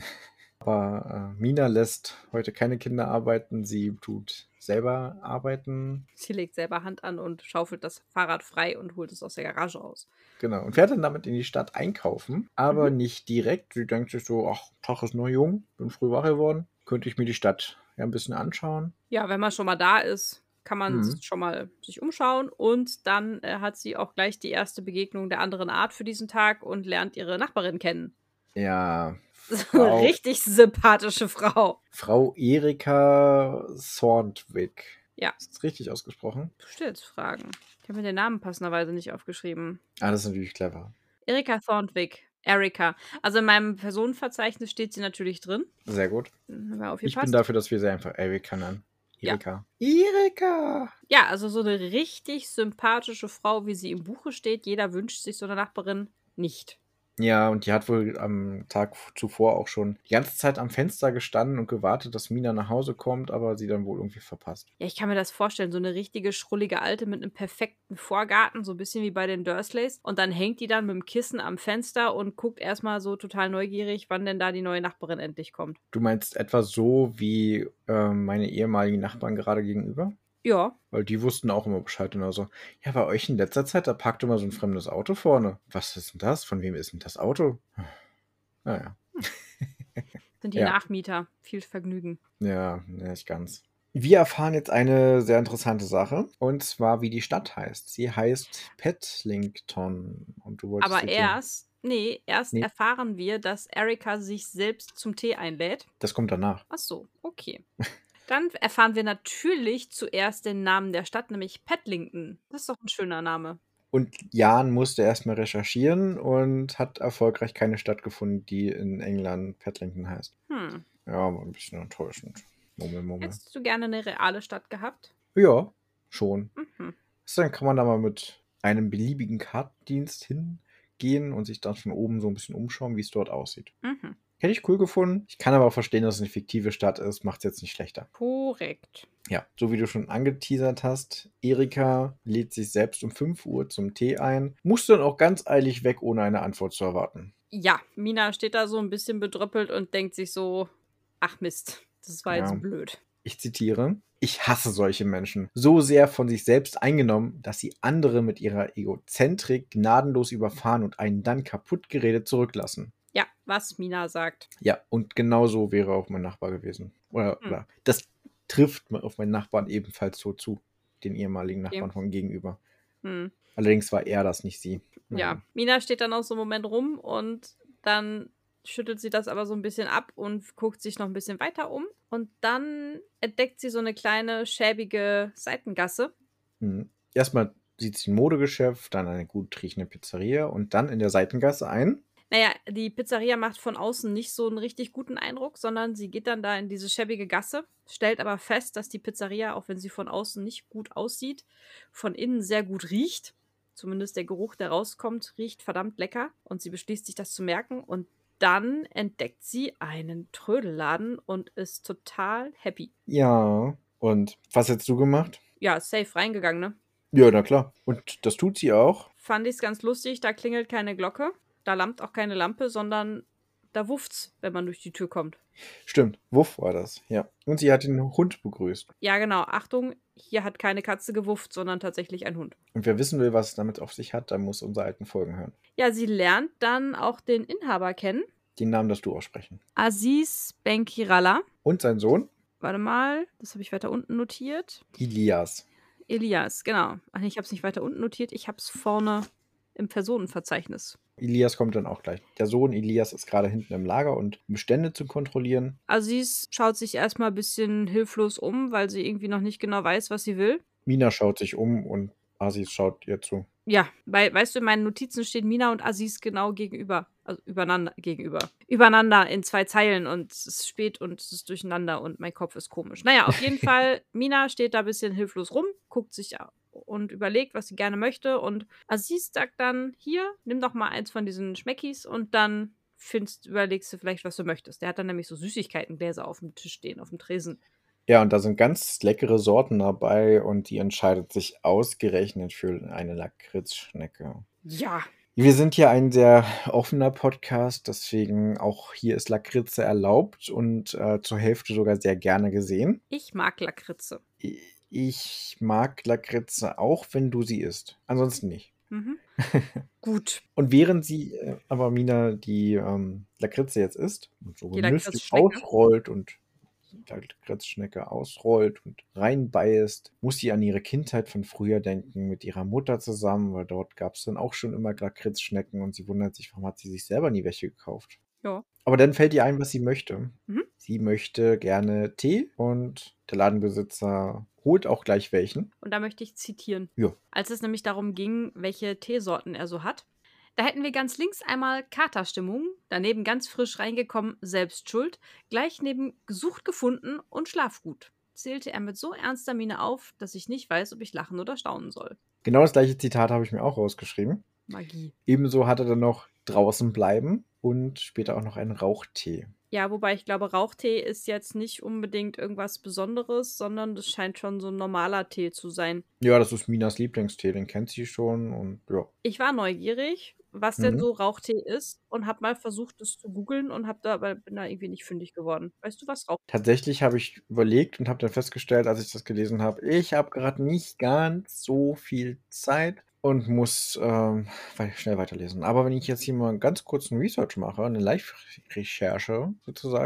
Aber äh, Mina lässt heute keine Kinder arbeiten, sie tut selber arbeiten. Sie legt selber Hand an und schaufelt das Fahrrad frei und holt es aus der Garage raus. Genau. Und fährt dann damit in die Stadt einkaufen, aber Mhm. nicht direkt. Sie denkt sich so, ach, Tag ist noch jung, bin früh wach geworden, könnte ich mir die Stadt ja ein bisschen anschauen. Ja, wenn man schon mal da ist, kann man Mhm. schon mal sich umschauen und dann äh, hat sie auch gleich die erste Begegnung der anderen Art für diesen Tag und lernt ihre Nachbarin kennen. Ja, So eine Frau, richtig sympathische Frau. Frau Erika Thorndwick. Ja. Ist das richtig ausgesprochen? Du stellst Fragen. Ich habe mir den Namen passenderweise nicht aufgeschrieben. Ah, das ist natürlich clever. Erika Thorndwick. Erika. Also in meinem Personenverzeichnis steht sie natürlich drin. Sehr gut. Dann haben wir Ich aufgepasst. bin dafür, dass wir sie einfach Erika nennen. Ja. Erika. Erika! Ja, also so eine richtig sympathische Frau, wie sie im Buche steht. Jeder wünscht sich so eine Nachbarin nicht. Ja, und die hat wohl am Tag zuvor auch schon die ganze Zeit am Fenster gestanden und gewartet, dass Mina nach Hause kommt, aber sie dann wohl irgendwie verpasst. Ja, ich kann mir das vorstellen. So eine richtige schrullige Alte mit einem perfekten Vorgarten, so ein bisschen wie bei den Dursleys. Und dann hängt die dann mit dem Kissen am Fenster und guckt erstmal so total neugierig, wann denn da die neue Nachbarin endlich kommt. Du meinst etwa so wie äh, meine ehemaligen Nachbarn gerade gegenüber? Ja. Weil die wussten auch immer Bescheid und also, ja, bei euch in letzter Zeit, da parkt immer so ein fremdes Auto vorne. Was ist denn das? Von wem ist denn das Auto? Naja. Sind die Ja. Nachmieter. Viel Vergnügen. Ja, nicht ganz. Wir erfahren jetzt eine sehr interessante Sache, und zwar, wie die Stadt heißt. Sie heißt Petlington und du wolltest Aber dir den erst ne, erst ne, erfahren wir, dass Erika sich selbst zum Tee einlädt. das kommt danach. Ach so, okay. Dann erfahren wir natürlich zuerst den Namen der Stadt, nämlich Petlington. Das ist doch 'n schöner Name. Und Jan musste erst mal recherchieren und hat erfolgreich keine Stadt gefunden, die in England Petlington heißt. Hm. Ja, war 'n bisschen enttäuschend. Mummel, Mummel. Hättest du gerne 'ne reale Stadt gehabt? Ja, schon. Mhm. Weißt du, dann kann man da mal mit einem beliebigen Kartendienst hingehen und sich dann von oben so 'n bisschen umschauen, wie's dort aussieht. Mhm. Hätte ich cool gefunden. Ich kann aber auch verstehen, dass es 'ne fiktive Stadt ist, macht's jetzt nicht schlechter. Korrekt. Ja, so wie du schon angeteasert hast, Erika lädt sich selbst um fünf Uhr zum Tee ein, muss dann auch ganz eilig weg, ohne eine Antwort zu erwarten. Ja, Mina steht da so 'n bisschen bedröppelt und denkt sich so: „Ach Mist, das war Ja. jetzt blöd.“ Ich zitiere: „Ich hasse solche Menschen. So sehr von sich selbst eingenommen, dass sie andere mit ihrer Egozentrik gnadenlos überfahren und einen dann kaputtgeredet zurücklassen.“ Ja, was Mina sagt. Ja, und genau so wäre auch mein Nachbar gewesen. Oder Hm. oder das trifft ma auf meinen Nachbarn ebenfalls so zu, den ehemaligen Okay. Nachbarn von gegenüber. Mhm. Allerdings war er das, nicht sie. Na Ja, ja. Mina steht dann auch so 'n Moment rum und dann schüttelt sie das aber so 'n bisschen ab und f guckt sich noch 'n bisschen weiter um. Und dann entdeckt sie so 'ne kleine, schäbige Seitengasse. Mhm. Erst mal sieht sie 'n Modegeschäft, dann eine gut riechende Pizzeria und dann in der Seitengasse ein Na ja, die Pizzeria macht von außen nicht so 'n richtig guten Eindruck, sondern sie geht dann da in diese schäbige Gasse, stellt aber fest, dass die Pizzeria, auch wenn sie von außen nicht gut aussieht, von innen sehr gut riecht. Zumindest der Geruch, der rauskommt, riecht verdammt lecker und sie beschließt, sich das zu merken. Und dann entdeckt sie einen Trödelladen und ist total happy. Ja, und was hättest du gemacht? Ja, safe reingegangen, ne? Ja, na klar. Und das tut sie auch. Fand ich's ganz lustig, da klingelt keine Glocke, da lampt auch keine Lampe, sondern da wufft's, wenn man durch die Tür kommt. Stimmt, Wuff war das, ja. Und sie hat den Hund begrüßt. Ja, genau. Achtung, hier hat keine Katze gewufft, sondern tatsächlich ein Hund. Und wer wissen will, was es damit auf sich hat, der muss unsere alten Folgen hören. Ja, sie lernt dann auch den Inhaber kennen. Den Namen darfst du aussprechen. Aziz Benkiralla. Und sein Sohn? Warte mal, das habe ich weiter unten notiert. Ilias. Elias, genau. Ach ne, ich habe es nicht weiter unten notiert, ich habe es vorne im Personenverzeichnis. Ilias kommt dann auch gleich. Der Sohn Ilias ist grade hinten im Lager und um Bestände zu kontrollieren. Aziz schaut sich erst mal bisschen hilflos um, weil sie irgendwie noch nicht genau weiß, was sie will. Mina schaut sich um und Aziz schaut ihr zu. Ja, weil weißt du, in meinen Notizen stehen Mina und Aziz genau gegenüber. Also, übereinander gegenüber. Übereinander in zwei Zeilen und es ist spät und es ist durcheinander und mein Kopf ist komisch. Na ja, auf jeden Fall, Mina steht da bisschen hilflos rum, guckt sich a und überlegt, was sie gerne möchte. Und Aziz sagt dann: „Hier, nimm doch mal eins von diesen Schmeckis und dann findest überlegst du vielleicht, was du möchtest.“ Der hat dann nämlich so Süßigkeitengläser aufm Tisch stehen, aufm Tresen. Ja, und da sind ganz leckere Sorten dabei und die entscheidet sich ausgerechnet für eine Lakritzschnecke. Ja. Wir sind hier ein sehr offener Podcast, deswegen auch hier ist Lakritze erlaubt und, äh, zur Hälfte sogar sehr gerne gesehen. Ich mag Lakritze. I ich mag Lakritze auch, wenn du sie isst. Ansonsten nicht. Mhm. Gut. Und während sie, äh, aber Mina die, ähm, Lakritze jetzt isst und so Die genüsslich Lakritzschnecke? ausrollt und die Lakritzschnecke ausrollt und reinbeißt, muss sie an ihre Kindheit von früher denken mit ihrer Mutter zusammen, weil dort gab's dann auch schon immer Lakritzschnecken und sie wundert sich, warum hat sie sich selber nie welche gekauft. Ja. Aber dann fällt ihr ein, was sie möchte. Mhm. Sie möchte gerne Tee und der Ladenbesitzer holt auch gleich welchen. Und da möchte ich zitieren. Ja. Als es nämlich darum ging, welche Teesorten er so hat. Da hätten wir ganz links einmal Katerstimmung, daneben ganz frisch reingekommen Selbstschuld, gleich neben gesucht gefunden und Schlafgut. Zählte er mit so ernster Miene auf, dass ich nicht weiß, ob ich lachen oder staunen soll. Genau das gleiche Zitat habe ich mir auch rausgeschrieben. Magie. Ebenso hat er dann noch draußen bleiben und später auch noch einen Rauchtee. Ja, wobei ich glaube, Rauchtee ist jetzt nicht unbedingt irgendwas Besonderes, sondern das scheint schon so 'n normaler Tee zu sein. Ja, das ist Minas Lieblingstee, den kennt sie schon und ja. Ich war neugierig, was denn Mhm. so Rauchtee ist und habe mal versucht, das zu googeln und habe da aber bin da irgendwie nicht fündig geworden. Weißt du, was Rauch Tatsächlich habe ich überlegt und habe dann festgestellt, als ich das gelesen habe, ich habe grad nicht ganz so viel Zeit und muss, ähm, wei schnell weiterlesen. Aber wenn ich jetzt hier mal 'n ganz kurzen Research mache, 'ne Live-Recherche sozusagen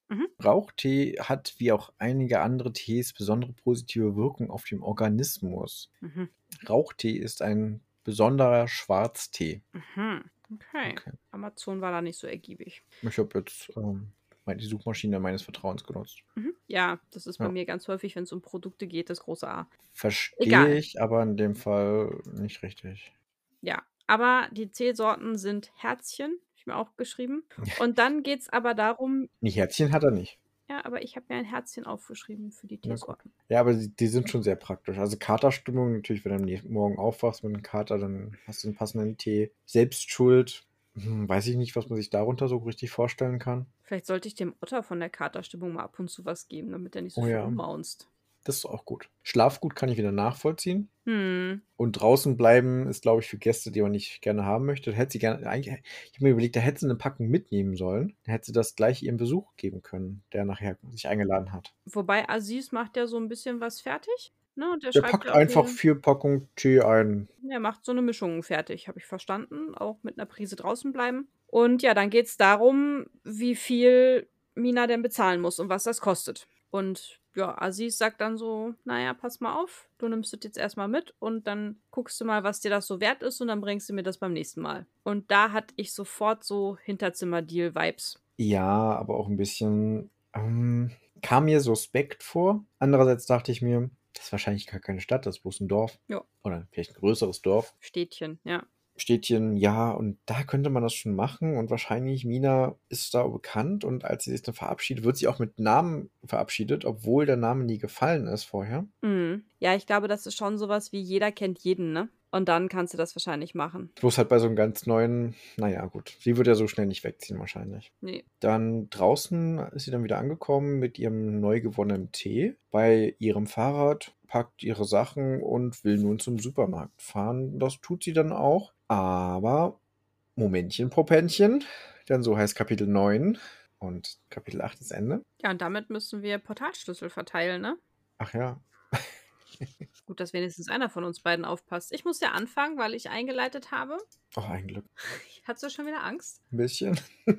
Mhm. Rauchtee hat wie auch einige andere Tees besondere positive Wirkung auf den Organismus. Mhm. Rauchtee ist ein besonderer Schwarztee. Mhm. Okay. Okay. Amazon war da nicht so ergiebig. Ich habe jetzt ähm, die Suchmaschine meines Vertrauens genutzt. Mhm. Ja, das ist bei Ja. mir ganz häufig, wenn es um Produkte geht, das große A. Verstehe Egal. ich, aber in dem Fall nicht richtig. Ja, aber die Teesorten sind Herzchen, habe ich mir auch geschrieben. Und dann geht es aber darum, Nee, Herzchen hat er nicht. ja, aber ich habe mir ein Herzchen aufgeschrieben für die Na gut. Teesorten. Ja, aber die, die sind schon sehr praktisch. Also Katerstimmung, natürlich, wenn du am nächsten Morgen aufwachst mit einem Kater, dann hast du einen passenden Tee. Selbstschuld, hm, weiß ich nicht, was man sich darunter so richtig vorstellen kann. Vielleicht sollte ich dem Otter von der Katerstimmung mal ab und zu was geben, damit er nicht so Oh viel ja, rummaunzt. das ist auch gut. Schlafgut kann ich wieder nachvollziehen. Hm. Und draußen bleiben ist, glaube ich, für Gäste, die man nicht gerne haben möchte. Da hätte sie gerne, eigentlich, ich habe mir überlegt, da hätte sie eine Packung mitnehmen sollen. Dann hätte sie das gleich ihrem Besuch geben können, der nachher sich eingeladen hat. Wobei Aziz macht ja so ein bisschen was fertig. Ne? Und der Der schreibt packt ja auch einfach hier, vier Packungen Tee ein. er macht so eine Mischung fertig, habe ich verstanden. Auch mit einer Prise draußen bleiben. Und ja, dann geht es darum, wie viel Mina denn bezahlen muss und was das kostet. Und ja, Aziz sagt dann so, naja, pass mal auf, du nimmst das jetzt erstmal mit und dann guckst du mal, was dir das so wert ist und dann bringst du mir das beim nächsten Mal. Und da hatte ich sofort so Hinterzimmer-Deal-Vibes. Ja, aber auch ein bisschen, ähm, kam mir suspekt vor. Andererseits dachte ich mir, das ist wahrscheinlich gar keine Stadt, das ist bloß ein Dorf. Ja, Oder vielleicht ein größeres Dorf. Städtchen, ja. Städtchen, ja, und da könnte man das schon machen und wahrscheinlich Mina ist da bekannt und als sie sich dann verabschiedet, wird sie auch mit Namen verabschiedet, obwohl der Name nie gefallen ist vorher. Mhm. Ja, ich glaube, das ist schon sowas wie jeder kennt jeden, ne? Und dann kannst du das wahrscheinlich machen. Bloß halt bei so einem ganz neuen, naja, gut, sie wird ja so schnell nicht wegziehen wahrscheinlich. Nee. Dann draußen ist sie dann wieder angekommen mit ihrem neu gewonnenen Tee bei ihrem Fahrrad, packt ihre Sachen und will nun zum Supermarkt fahren. Das tut sie dann auch. Aber Momentchen, Poppännchen, denn so heißt Kapitel neun und Kapitel acht ist Ende. Ja, und damit müssen wir Portalschlüssel verteilen, ne? Ach ja, Gut, dass wenigstens einer von uns beiden aufpasst. Ich muss ja anfangen, weil ich eingeleitet habe. oh, ein Glück. Hattest du schon wieder Angst? Ein bisschen.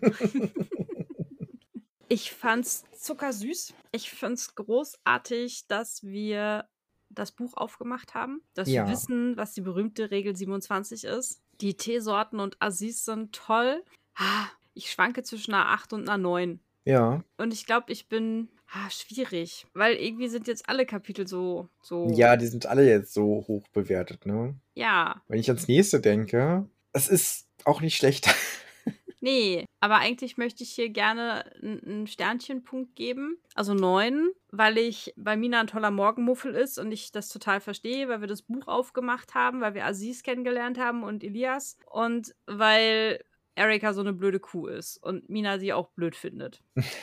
Ich fand's zuckersüß. Ich find's großartig, dass wir das Buch aufgemacht haben, dass wir Ja, wissen, was die berühmte Regel siebenundzwanzig ist. Die Teesorten und Aziz sind toll. Ah, Ich schwanke zwischen einer acht und einer neun. ja. Und ich glaube, ich bin ah, schwierig, weil irgendwie sind jetzt alle Kapitel so, so, Ja, die sind alle jetzt so hoch bewertet, ne? ja, Wenn ich ans nächste denke, es ist auch nicht schlecht. nee. Aber eigentlich möchte ich hier gerne einen Sternchenpunkt geben, also neun, weil ich, weil Mina ein toller Morgenmuffel ist und ich das total verstehe, weil wir das Buch aufgemacht haben, weil wir Aziz kennengelernt haben und Elias und weil Erika so eine blöde Kuh ist und Mina sie auch blöd findet.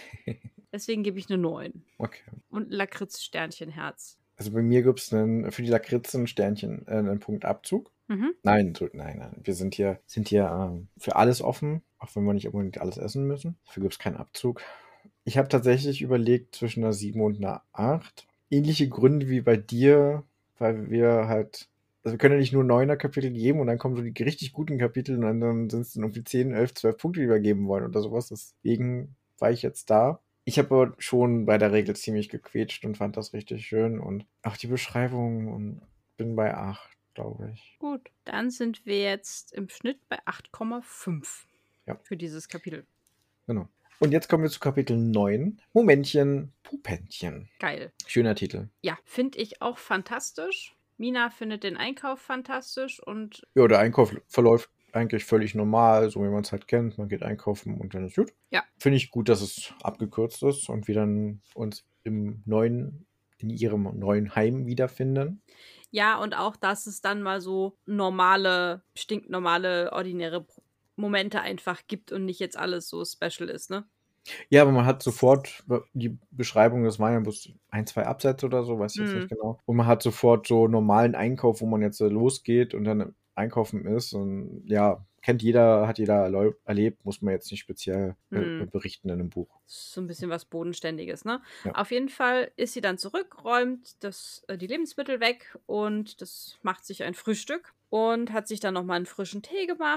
Deswegen gebe ich eine neun. Okay. Und Lakritz-Sternchenherz. Also bei mir gibt es für die Lakritze ein Sternchen, äh, einen Punkt Abzug. Mhm. Nein, so, nein, nein. Wir sind hier, sind hier ähm, für alles offen, auch wenn wir nicht unbedingt alles essen müssen. Dafür gibt es keinen Abzug. Ich habe tatsächlich überlegt zwischen einer sieben und einer acht. Ähnliche Gründe wie bei dir, weil wir halt, also wir können ja nicht nur neuner Kapitel geben und dann kommen so die richtig guten Kapitel und dann sind es dann irgendwie zehn, elf, zwölf Punkte, die wir geben wollen oder sowas. Deswegen war ich jetzt da. Ich habe aber schon bei der Regel ziemlich gequetscht und fand das richtig schön und auch die Beschreibung und bin bei acht, glaube ich. Gut, dann sind wir jetzt im Schnitt bei acht Komma fünf Ja. für dieses Kapitel. Genau. Und jetzt kommen wir zu Kapitel neun. Momentchen, Pupäntchen. Geil. Schöner Titel. Ja, finde ich auch fantastisch. Mina findet den Einkauf fantastisch und Ja, der Einkauf verläuft eigentlich völlig normal, so wie man es halt kennt. Man geht einkaufen und dann ist gut. ja, Finde ich gut, dass es abgekürzt ist und wir dann uns im neuen, in ihrem neuen Heim wiederfinden. ja, und auch, dass es dann mal so normale, stinknormale, ordinäre Momente einfach gibt und nicht jetzt alles so special ist, ne? Ja, aber man hat sofort die Beschreibung, das waren ja bloß ein, zwei Absätze oder so, weiß ich jetzt Mhm. nicht genau. Und man hat sofort so normalen Einkauf, wo man jetzt äh, losgeht und dann einkaufen ist. Und ja, kennt jeder, hat jeder erleu- erlebt, muss man jetzt nicht speziell äh, Mhm. berichten in einem Buch. So ein bisschen was Bodenständiges, ne? Ja. Auf jeden Fall ist sie dann zurück, räumt das, äh, die Lebensmittel weg und das macht sich ein Frühstück und hat sich dann nochmal einen frischen Tee gemacht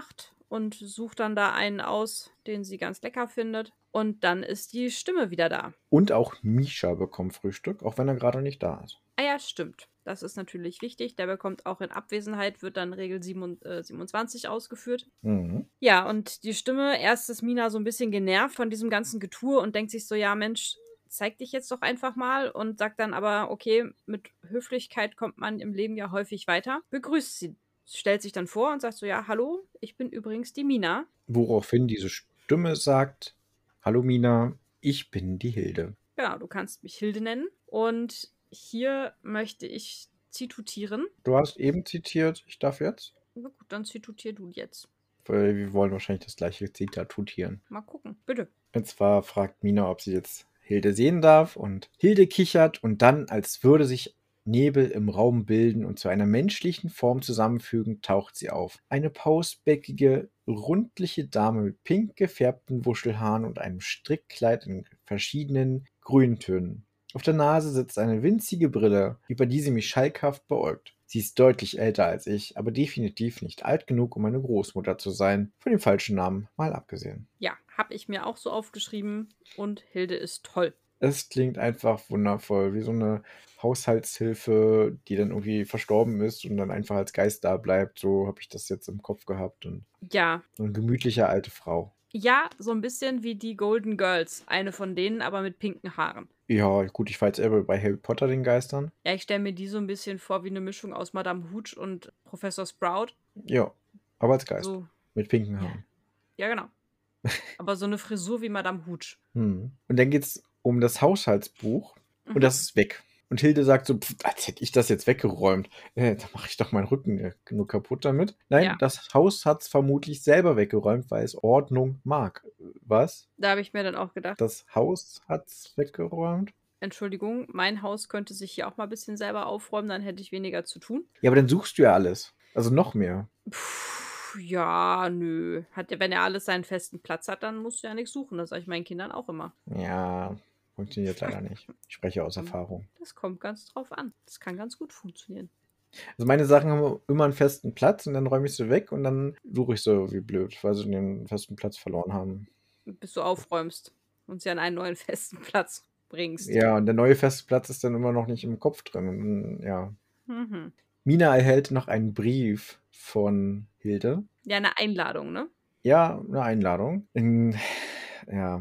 und sucht dann da einen aus, den sie ganz lecker findet. Und dann ist die Stimme wieder da. Und auch Misha bekommt Frühstück, auch wenn er gerade nicht da ist. Ah ja, stimmt. Das ist natürlich wichtig. Der bekommt auch in Abwesenheit, wird dann Regel siebenundzwanzig ausgeführt. Mhm. Ja, und die Stimme, erst ist Mina so ein bisschen genervt von diesem ganzen Getue und denkt sich so, ja Mensch, zeig dich jetzt doch einfach mal, und sagt dann aber, okay, mit Höflichkeit kommt man im Leben ja häufig weiter. Begrüßt sie, stellt sich dann vor und sagt so, ja, hallo, ich bin übrigens die Mina. Woraufhin diese Stimme sagt: Hallo Mina, ich bin die Hilde. Genau, du kannst mich Hilde nennen. Und hier möchte ich zitutieren. Du hast eben zitiert, ich darf jetzt? Na gut, dann zitutier du jetzt. Weil wir wollen wahrscheinlich das gleiche Zitat tutieren. Mal gucken, bitte. Und zwar fragt Mina, ob sie jetzt Hilde sehen darf, und Hilde kichert, und dann, als würde sich Nebel im Raum bilden und zu einer menschlichen Form zusammenfügen, taucht sie auf. Eine pausbäckige, rundliche Dame mit pink gefärbten Wuschelhaaren und einem Strickkleid in verschiedenen Grüntönen. Auf der Nase sitzt eine winzige Brille, über die sie mich schalkhaft beäugt. Sie ist deutlich älter als ich, aber definitiv nicht alt genug, um meine Großmutter zu sein. Von dem falschen Namen mal abgesehen. Ja, habe ich mir auch so aufgeschrieben, und Hilde ist toll. Es klingt einfach wundervoll, wie so eine Haushaltshilfe, die dann irgendwie verstorben ist und dann einfach als Geist da bleibt. So habe ich das jetzt im Kopf gehabt. Und Ja. so eine gemütliche alte Frau. Ja, so ein bisschen wie die Golden Girls. Eine von denen, aber mit pinken Haaren. Ja, gut, ich war jetzt eher bei Harry Potter, den Geistern. Ja, ich stelle mir die so ein bisschen vor wie eine Mischung aus Madame Hooch und Professor Sprout. Ja, aber als Geist. So. Mit pinken Haaren. Ja, genau. Aber so eine Frisur wie Madame Hooch. Hm. Und dann geht es um das Haushaltsbuch. Mhm. Und das ist weg. Und Hilde sagt so, pff, als hätte ich das jetzt weggeräumt. Äh, da mache ich doch meinen Rücken nur kaputt damit. Nein, Ja. das Haus hat es vermutlich selber weggeräumt, weil es Ordnung mag. Was? Da habe ich mir dann auch gedacht, Das Haus hat es weggeräumt? Entschuldigung, mein Haus könnte sich hier auch mal ein bisschen selber aufräumen, dann hätte ich weniger zu tun. Ja, aber dann suchst du ja alles. Also noch mehr. Puh, ja, nö. Hat, wenn er alles seinen festen Platz hat, dann musst du ja nichts suchen. Das sage ich meinen Kindern auch immer. Ja, funktioniert leider nicht. Ich spreche aus Erfahrung. Das kommt ganz drauf an. Das kann ganz gut funktionieren. Also meine Sachen haben immer einen festen Platz und dann räume ich sie weg und dann suche ich so wie blöd, weil sie den festen Platz verloren haben. Bis du aufräumst und sie an einen neuen festen Platz bringst. Ja, und der neue feste Platz ist dann immer noch nicht im Kopf drin. Und, ja. Mhm. Mina erhält noch einen Brief von Hilde. Ja, eine Einladung, ne? Ja, eine Einladung. In, ja,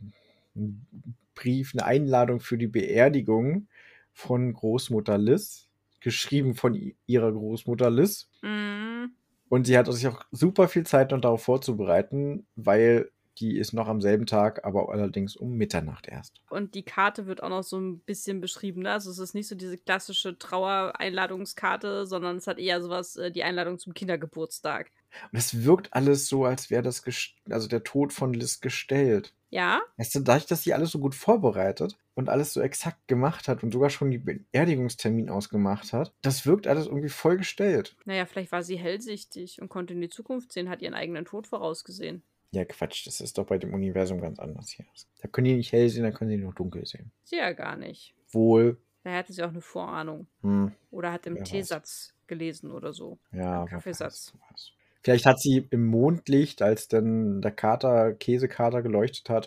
ein Brief, eine Einladung für die Beerdigung von Großmutter Liz, geschrieben von ihrer Großmutter Liz. Mhm. Und sie hat sich auch super viel Zeit noch darauf vorzubereiten, weil die ist noch am selben Tag, aber allerdings um Mitternacht erst. Und die Karte wird auch noch so ein bisschen beschrieben, ne? Also es ist nicht so diese klassische Trauereinladungskarte, sondern es hat eher sowas, äh, die Einladung zum Kindergeburtstag. Und es wirkt alles so, als wäre das, also der Tod von Liz gestellt. Ja? Weißt du, dadurch, dass sie alles so gut vorbereitet und alles so exakt gemacht hat und sogar schon die Beerdigungstermin ausgemacht hat, das wirkt alles irgendwie voll gestellt. Naja, vielleicht war sie hellsichtig und konnte in die Zukunft sehen, hat ihren eigenen Tod vorausgesehen. Ja, Quatsch, das ist doch bei dem Universum ganz anders hier. Da können die nicht hell sehen, da können sie nur dunkel sehen. Sie ja gar nicht. Wohl. Da hatte sie auch eine Vorahnung. Hm. Oder hat im Wer Teesatz gelesen oder so. Ja, Im Kaffeesatz. wer weiß. Vielleicht hat sie im Mondlicht, als dann der Kater, Käsekater geleuchtet hat,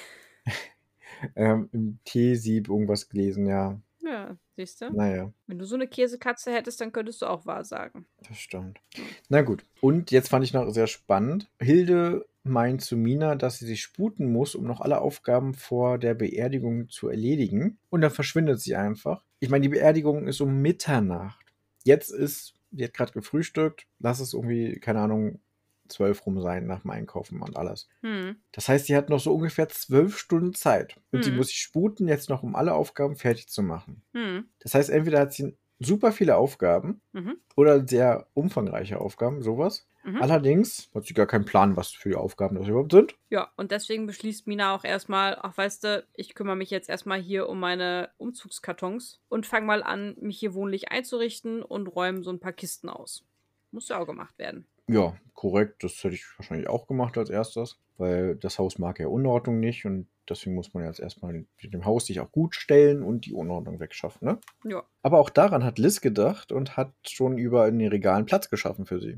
ähm, im Teesieb irgendwas gelesen, ja. Ja, siehst du? Naja. Wenn du so eine Käsekatze hättest, dann könntest du auch wahr sagen. Das stimmt. Na gut. Und jetzt fand ich noch sehr spannend. Hilde meint zu Mina, dass sie sich sputen muss, um noch alle Aufgaben vor der Beerdigung zu erledigen. Und dann verschwindet sie einfach. Ich meine, die Beerdigung ist um Mitternacht. Jetzt ist, sie hat gerade gefrühstückt, lass es irgendwie, keine Ahnung, zwölf rum sein nach dem Einkaufen und alles. Hm. Das heißt, sie hat noch so ungefähr zwölf Stunden Zeit. Und Hm. sie muss sich sputen, jetzt noch, um alle Aufgaben fertig zu machen. Hm. Das heißt, entweder hat sie super viele Aufgaben Mhm. oder sehr umfangreiche Aufgaben, sowas. Mhm. Allerdings hat sie gar keinen Plan, was für die Aufgaben das überhaupt sind. Ja, und deswegen beschließt Mina auch erstmal, ach weißt du, ich kümmere mich jetzt erstmal hier um meine Umzugskartons und fange mal an, mich hier wohnlich einzurichten und räume so ein paar Kisten aus. Muss ja auch gemacht werden. Ja, korrekt. Das hätte ich wahrscheinlich auch gemacht als erstes, weil das Haus mag ja Unordnung nicht und deswegen muss man jetzt erstmal mit dem Haus sich auch gut stellen und die Unordnung wegschaffen, ne? Ja. Aber auch daran hat Liz gedacht und hat schon überall in den Regalen Platz geschaffen für sie.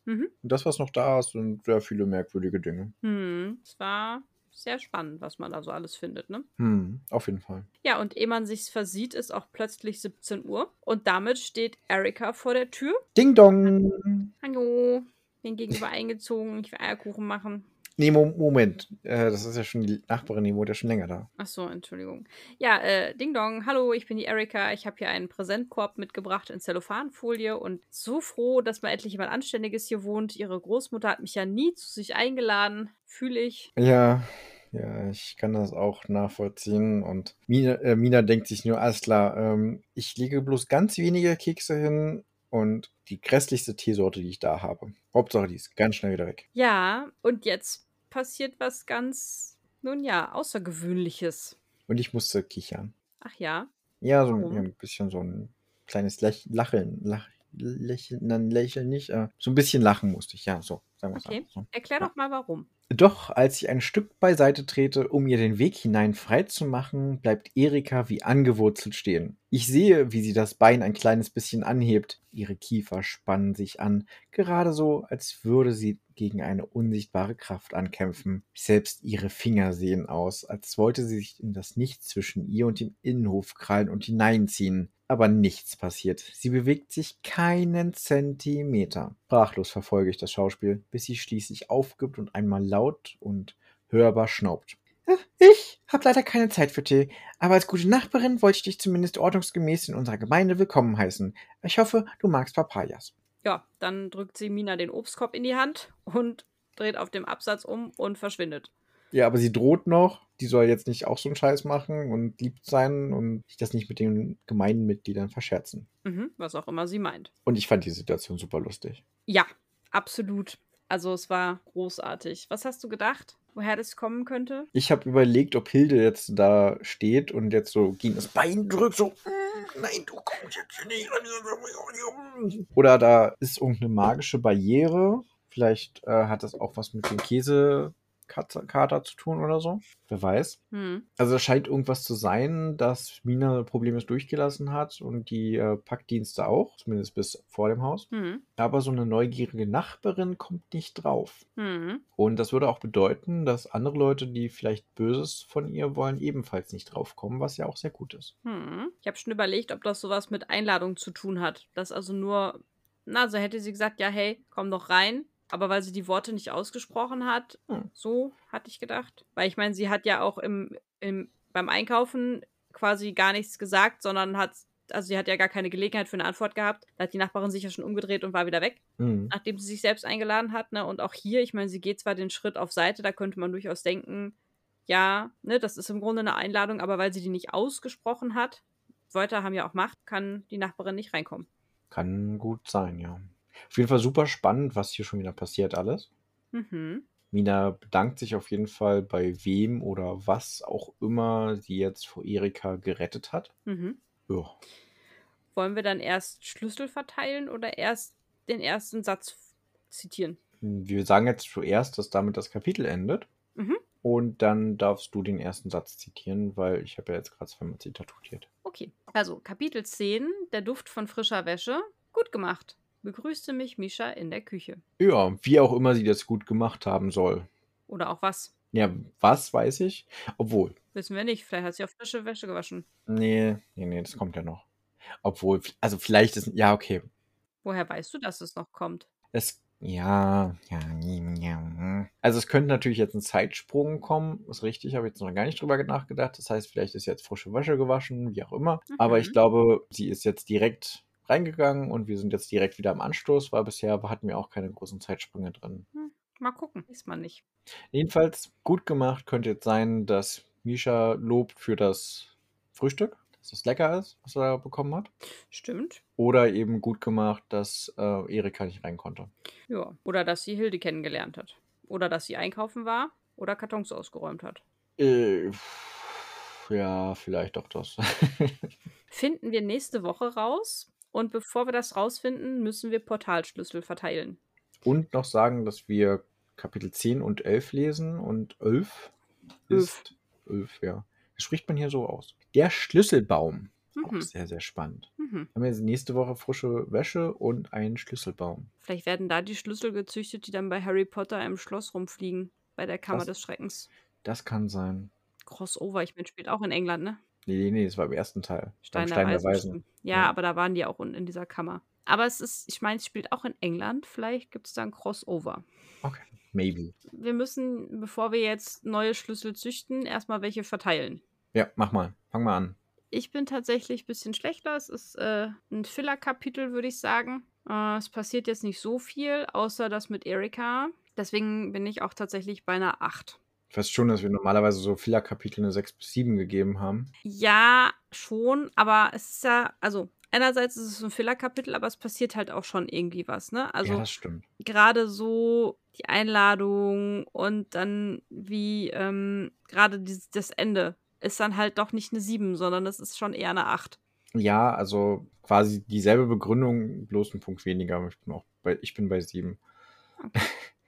Mhm. Und das, was noch da ist, sind sehr viele merkwürdige Dinge. Hm. Es war sehr spannend, was man da so alles findet, ne? Hm, auf jeden Fall. Ja, und ehe man sich's versieht, ist auch plötzlich siebzehn Uhr. Und damit steht Erika vor der Tür. Ding Dong! Hallo, bin gegenüber eingezogen, ich will Eierkuchen machen. Nee, Mo Moment. Äh, das ist ja schon die Nachbarin, die wohnt ja schon länger da. Ach so, Entschuldigung. Ja, äh, Ding Dong, hallo, ich bin die Erika. Ich habe hier einen Präsentkorb mitgebracht in Zellophanfolie und so froh, dass mal endlich jemand Anständiges hier wohnt. Ihre Großmutter hat mich ja nie zu sich eingeladen, fühle ich. Ja, ja, ich kann das auch nachvollziehen. Und Mina, äh, Mina denkt sich nur, alles klar, ähm, ich lege bloß ganz wenige Kekse hin und die grässlichste Teesorte, die ich da habe. Hauptsache, die ist ganz schnell wieder weg. Ja, und jetzt passiert was ganz, nun ja, Außergewöhnliches. Und ich musste kichern. Ach ja, Ja, so ein, ja, warum? ein bisschen so ein kleines Läch Lacheln. Lach Lächeln, nein, Lächeln nicht. Äh, so ein bisschen lachen musste ich, ja, so, sagen wir es Okay, einfach so. erklär Ja. doch mal warum. Doch als ich ein Stück beiseite trete, um ihr den Weg hinein freizumachen, bleibt Erika wie angewurzelt stehen. Ich sehe, wie sie das Bein ein kleines bisschen anhebt. Ihre Kiefer spannen sich an, gerade so, als würde sie gegen eine unsichtbare Kraft ankämpfen. Selbst ihre Finger sehen aus, als wollte sie sich in das Nichts zwischen ihr und dem Innenhof krallen und hineinziehen. Aber nichts passiert. Sie bewegt sich keinen Zentimeter. Sprachlos verfolge ich das Schauspiel, bis sie schließlich aufgibt und einmal laut und hörbar schnaubt. Ich habe leider keine Zeit für Tee, aber als gute Nachbarin wollte ich dich zumindest ordnungsgemäß in unserer Gemeinde willkommen heißen. Ich hoffe, du magst Papayas. Ja, dann drückt sie Mina den Obstkorb in die Hand und dreht auf dem Absatz um und verschwindet. Ja, aber sie droht noch, die soll jetzt nicht auch so einen Scheiß machen und lieb sein und sich das nicht mit den Gemeindemitgliedern verscherzen. Mhm, was auch immer sie meint. Und ich fand die Situation super lustig. Ja, absolut. Also es war großartig. Was hast du gedacht, woher das kommen könnte? Ich habe überlegt, ob Hilde jetzt da steht und jetzt so gegen das Bein drückt, so, "Mm, nein, du kommst jetzt hier nicht. Oder da ist irgendeine magische Barriere. Vielleicht äh, hat das auch was mit dem Käsekater zu tun oder so. Wer weiß. Hm. Also es scheint irgendwas zu sein, dass Mina problemlos durchgelassen hat und die äh, Packdienste auch, zumindest bis vor dem Haus. Hm. Aber so eine neugierige Nachbarin kommt nicht drauf. Hm. Und das würde auch bedeuten, dass andere Leute, die vielleicht Böses von ihr wollen, ebenfalls nicht draufkommen, was ja auch sehr gut ist. Hm. Ich habe schon überlegt, ob das sowas mit Einladung zu tun hat. Dass also nur, na, so hätte sie gesagt, ja, hey, komm doch rein. Aber weil sie die Worte nicht ausgesprochen hat, Hm. so hatte ich gedacht. Weil ich meine, sie hat ja auch im, im, beim Einkaufen quasi gar nichts gesagt, sondern hat, also sie hat ja gar keine Gelegenheit für eine Antwort gehabt. Da hat die Nachbarin sich ja schon umgedreht und war wieder weg, Mhm. nachdem sie sich selbst eingeladen hat. Ne? Und auch hier, ich meine, sie geht zwar den Schritt auf Seite, da könnte man durchaus denken, ja, ne, das ist im Grunde eine Einladung, aber weil sie die nicht ausgesprochen hat, Wörter haben ja auch Macht, kann die Nachbarin nicht reinkommen. Kann gut sein, ja. Auf jeden Fall super spannend, was hier schon wieder passiert alles. Mhm. Mina bedankt sich auf jeden Fall bei wem oder was auch immer sie jetzt vor Erika gerettet hat. Mhm. Ja. Wollen wir dann erst Schlüssel verteilen oder erst den ersten Satz f- zitieren? Wir sagen jetzt zuerst, dass damit das Kapitel endet. Mhm. Und dann darfst du den ersten Satz zitieren, weil ich habe ja jetzt gerade zweimal zitatiert. Okay. Also, Kapitel zehn, der Duft von frischer Wäsche. Gut gemacht. Begrüßte mich Mischa in der Küche. Ja, wie auch immer sie das gut gemacht haben soll. Oder auch was? Ja, was weiß ich? Obwohl, Wissen wir nicht. Vielleicht hat sie auch frische Wäsche gewaschen. nee, nee, nee, das kommt ja noch. Obwohl, also vielleicht ist, ja, okay. Woher weißt du, dass es noch kommt? Es, ja, ja, ja. hm. Also es könnte natürlich jetzt ein Zeitsprung kommen, ist richtig, habe ich jetzt noch gar nicht drüber nachgedacht. Das heißt, vielleicht ist jetzt frische Wäsche gewaschen, wie auch immer. Aber ich Mhm. glaube, sie ist jetzt direkt reingegangen und wir sind jetzt direkt wieder am Anstoß, weil bisher hatten wir auch keine großen Zeitsprünge drin. Hm, mal gucken. Weiß man nicht. Jedenfalls gut gemacht könnte jetzt sein, dass Misha lobt für das Frühstück, dass es lecker ist, was er bekommen hat. Stimmt. Oder eben gut gemacht, dass äh, Erika nicht rein konnte. Ja. Oder dass sie Hilde kennengelernt hat. Oder dass sie einkaufen war. Oder Kartons ausgeräumt hat. Äh, ja, vielleicht auch das. Finden wir nächste Woche raus. Und bevor wir das rausfinden, müssen wir Portalschlüssel verteilen. Und noch sagen, dass wir Kapitel zehn und elf lesen und elf Elf. ist elf, ja. Das spricht man hier so aus. Der Schlüsselbaum. Auch Mhm. sehr, sehr spannend. Mhm. Haben wir jetzt nächste Woche frische Wäsche und einen Schlüsselbaum. Vielleicht werden da die Schlüssel gezüchtet, die dann bei Harry Potter im Schloss rumfliegen. Bei der Kammer Das, des Schreckens. das kann sein. Crossover, ich meine, spielt auch in England, ne? Nee, nee, nee, das war im ersten Teil. Beim Stein der Stein der Weisen, Weisen. stimmt. Ja, Ja. aber da waren die auch unten in dieser Kammer. Aber es ist, ich meine, es spielt auch in England. Vielleicht gibt es da ein Crossover. Okay, maybe. Wir müssen, bevor wir jetzt neue Schlüssel züchten, erstmal welche verteilen. Ja, mach mal. Fang mal an. Ich bin tatsächlich ein bisschen schlechter. Es ist äh, ein Filler-Kapitel, würde ich sagen. Äh, es passiert jetzt nicht so viel, außer das mit Erika. Deswegen bin ich auch tatsächlich bei einer acht. Ich weiß schon, dass wir normalerweise so Filler-Kapitel eine sechs bis sieben gegeben haben. Ja, schon, aber es ist ja, also einerseits ist es ein Filler-Kapitel, aber es passiert halt auch schon irgendwie was, ne? Ja, Also das stimmt. gerade so die Einladung und dann wie ähm, gerade dieses, das Ende ist dann halt doch nicht eine sieben, sondern es ist schon eher eine acht. Ja, also quasi dieselbe Begründung, bloß ein Punkt weniger. Ich bin auch bei, ich bin bei sieben. Okay.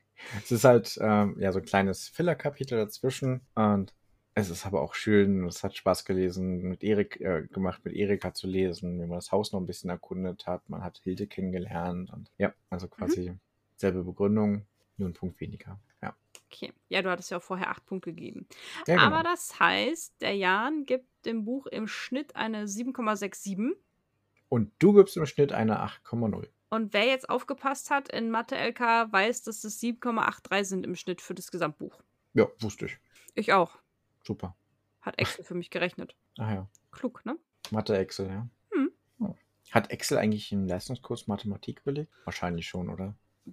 Es ist halt ähm, ja so ein kleines Filler-Kapitel dazwischen und es ist aber auch schön. Es hat Spaß gelesen, mit Erik äh, gemacht, mit Erika zu lesen, wie man das Haus noch ein bisschen erkundet hat. Man hat Hilde kennengelernt und ja, also quasi Mhm. selbe Begründung, nur ein Punkt weniger. Ja, Okay. Ja, du hattest ja auch vorher acht Punkte gegeben. ja Aber genau. das heißt, der Jan gibt dem Buch im Schnitt eine sieben Komma siebenundsechzig. Und du gibst im Schnitt eine acht Komma null. Und wer jetzt aufgepasst hat in Mathe-L K, weiß, dass es sieben Komma dreiundachtzig sind im Schnitt für das Gesamtbuch. Ja, wusste ich. Ich auch. Super. Hat Excel für mich gerechnet. Ach ja. Klug, ne? Mathe Excel, ja. Hm. Oh. Hat Excel eigentlich einen Leistungskurs Mathematik belegt? Wahrscheinlich schon, oder?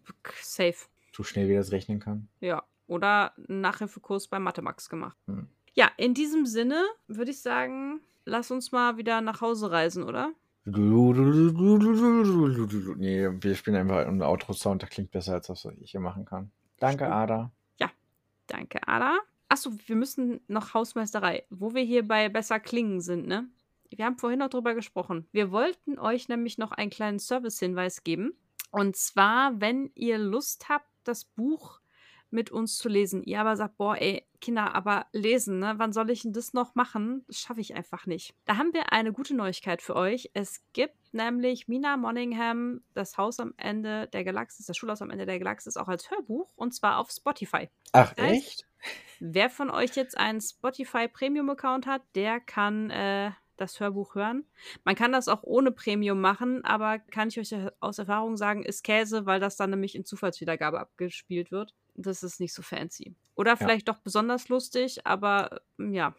Safe. So schnell, wie das rechnen kann. Ja. Oder einen Nachhilfekurs bei Mathemax gemacht. Hm. Ja, in diesem Sinne würde ich sagen, lass uns mal wieder nach Hause reisen, oder? Nee, wir spielen einfach einen Outro-Sound, der klingt besser, als das, was ich hier machen kann. Danke, Stimmt. Ada. Ja, danke, Ada. Achso, wir müssen noch Hausmeisterei, wo wir hier bei Besser Klingen sind, ne? Wir haben vorhin noch drüber gesprochen. Wir wollten euch nämlich noch einen kleinen Service-Hinweis geben. Und zwar, wenn ihr Lust habt, das Buch mit uns zu lesen. Ihr aber sagt, boah, ey, Kinder, aber lesen, ne? Wann soll ich denn das noch machen? Das schaffe ich einfach nicht. Da haben wir eine gute Neuigkeit für euch. Es gibt nämlich Mina Monaghan, das Haus am Ende der Galaxis, das Schulhaus am Ende der Galaxis, auch als Hörbuch und zwar auf Spotify. Ach, Das heißt, echt? wer von euch jetzt einen Spotify Premium-Account hat, der kann äh, das Hörbuch hören. Man kann das auch ohne Premium machen, aber kann ich euch aus Erfahrung sagen, ist Käse, weil das dann nämlich in Zufallswiedergabe abgespielt wird. Das ist nicht so fancy. Oder Ja. vielleicht doch besonders lustig, aber ähm, ja,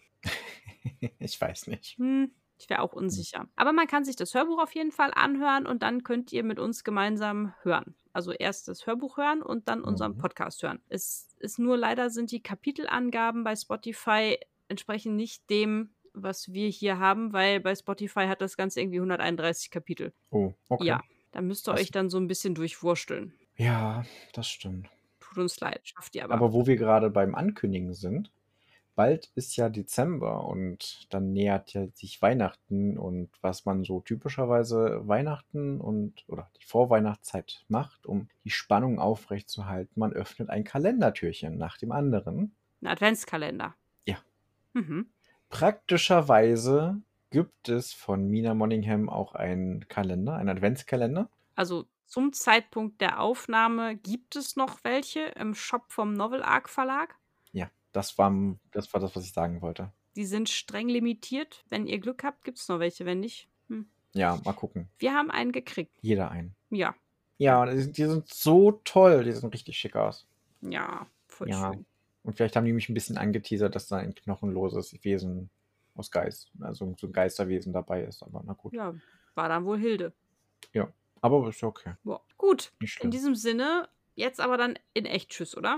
Ich weiß nicht. hm, ich wäre auch unsicher. Aber man kann sich das Hörbuch auf jeden Fall anhören und dann könnt ihr mit uns gemeinsam hören. Also erst das Hörbuch hören und dann unseren Mhm. Podcast hören. Es ist nur leider sind die Kapitelangaben bei Spotify entsprechend nicht dem, was wir hier haben, weil bei Spotify hat das Ganze irgendwie hunderteinunddreißig Kapitel. Oh, okay. Ja, da müsst ihr Was? euch dann so ein bisschen durchwursteln. Ja, das stimmt. Tut uns leid, schafft ihr aber. Aber wo wir gerade beim Ankündigen sind, bald ist ja Dezember und dann nähert ja sich Weihnachten und was man so typischerweise Weihnachten und oder die Vorweihnachtszeit macht, um die Spannung aufrechtzuerhalten, man öffnet ein Kalendertürchen nach dem anderen. Ein Adventskalender. Ja. Mhm. Praktischerweise gibt es von Mina Monaghan auch einen Kalender, einen Adventskalender. Also zum Zeitpunkt der Aufnahme gibt es noch welche im Shop vom Novel Arc Verlag. Ja, das war, das war das, was ich sagen wollte. Die sind streng limitiert. Wenn ihr Glück habt, gibt es noch welche. Wenn nicht, hm. Ja, mal gucken. Wir haben einen gekriegt. Jeder einen. Ja. Ja, die sind, die sind so toll. Die sehen richtig schick aus. Ja, voll Ja. schön. Und vielleicht haben die mich ein bisschen angeteasert, dass da ein knochenloses Wesen aus Geist, also so ein Geisterwesen dabei ist. Aber na gut. Ja, war dann wohl Hilde. Ja, aber ist ja okay. Boah. Gut, Nicht in schlimm. diesem Sinne, jetzt aber dann in echt Tschüss, oder?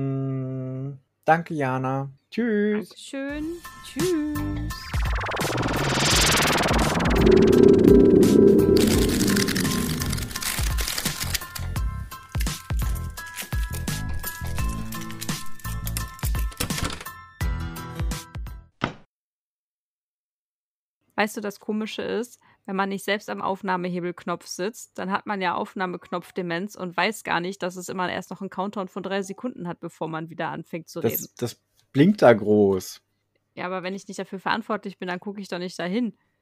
Mm, danke, Jana. Tschüss. Dankeschön. Tschüss. Weißt du, das Komische ist, wenn man nicht selbst am Aufnahmehebelknopf sitzt, dann hat man ja Aufnahmeknopfdemenz und weiß gar nicht, dass es immer erst noch einen Countdown von drei Sekunden hat, bevor man wieder anfängt zu reden. Das, das blinkt da groß. Ja, aber wenn ich nicht dafür verantwortlich bin, dann gucke ich doch nicht dahin.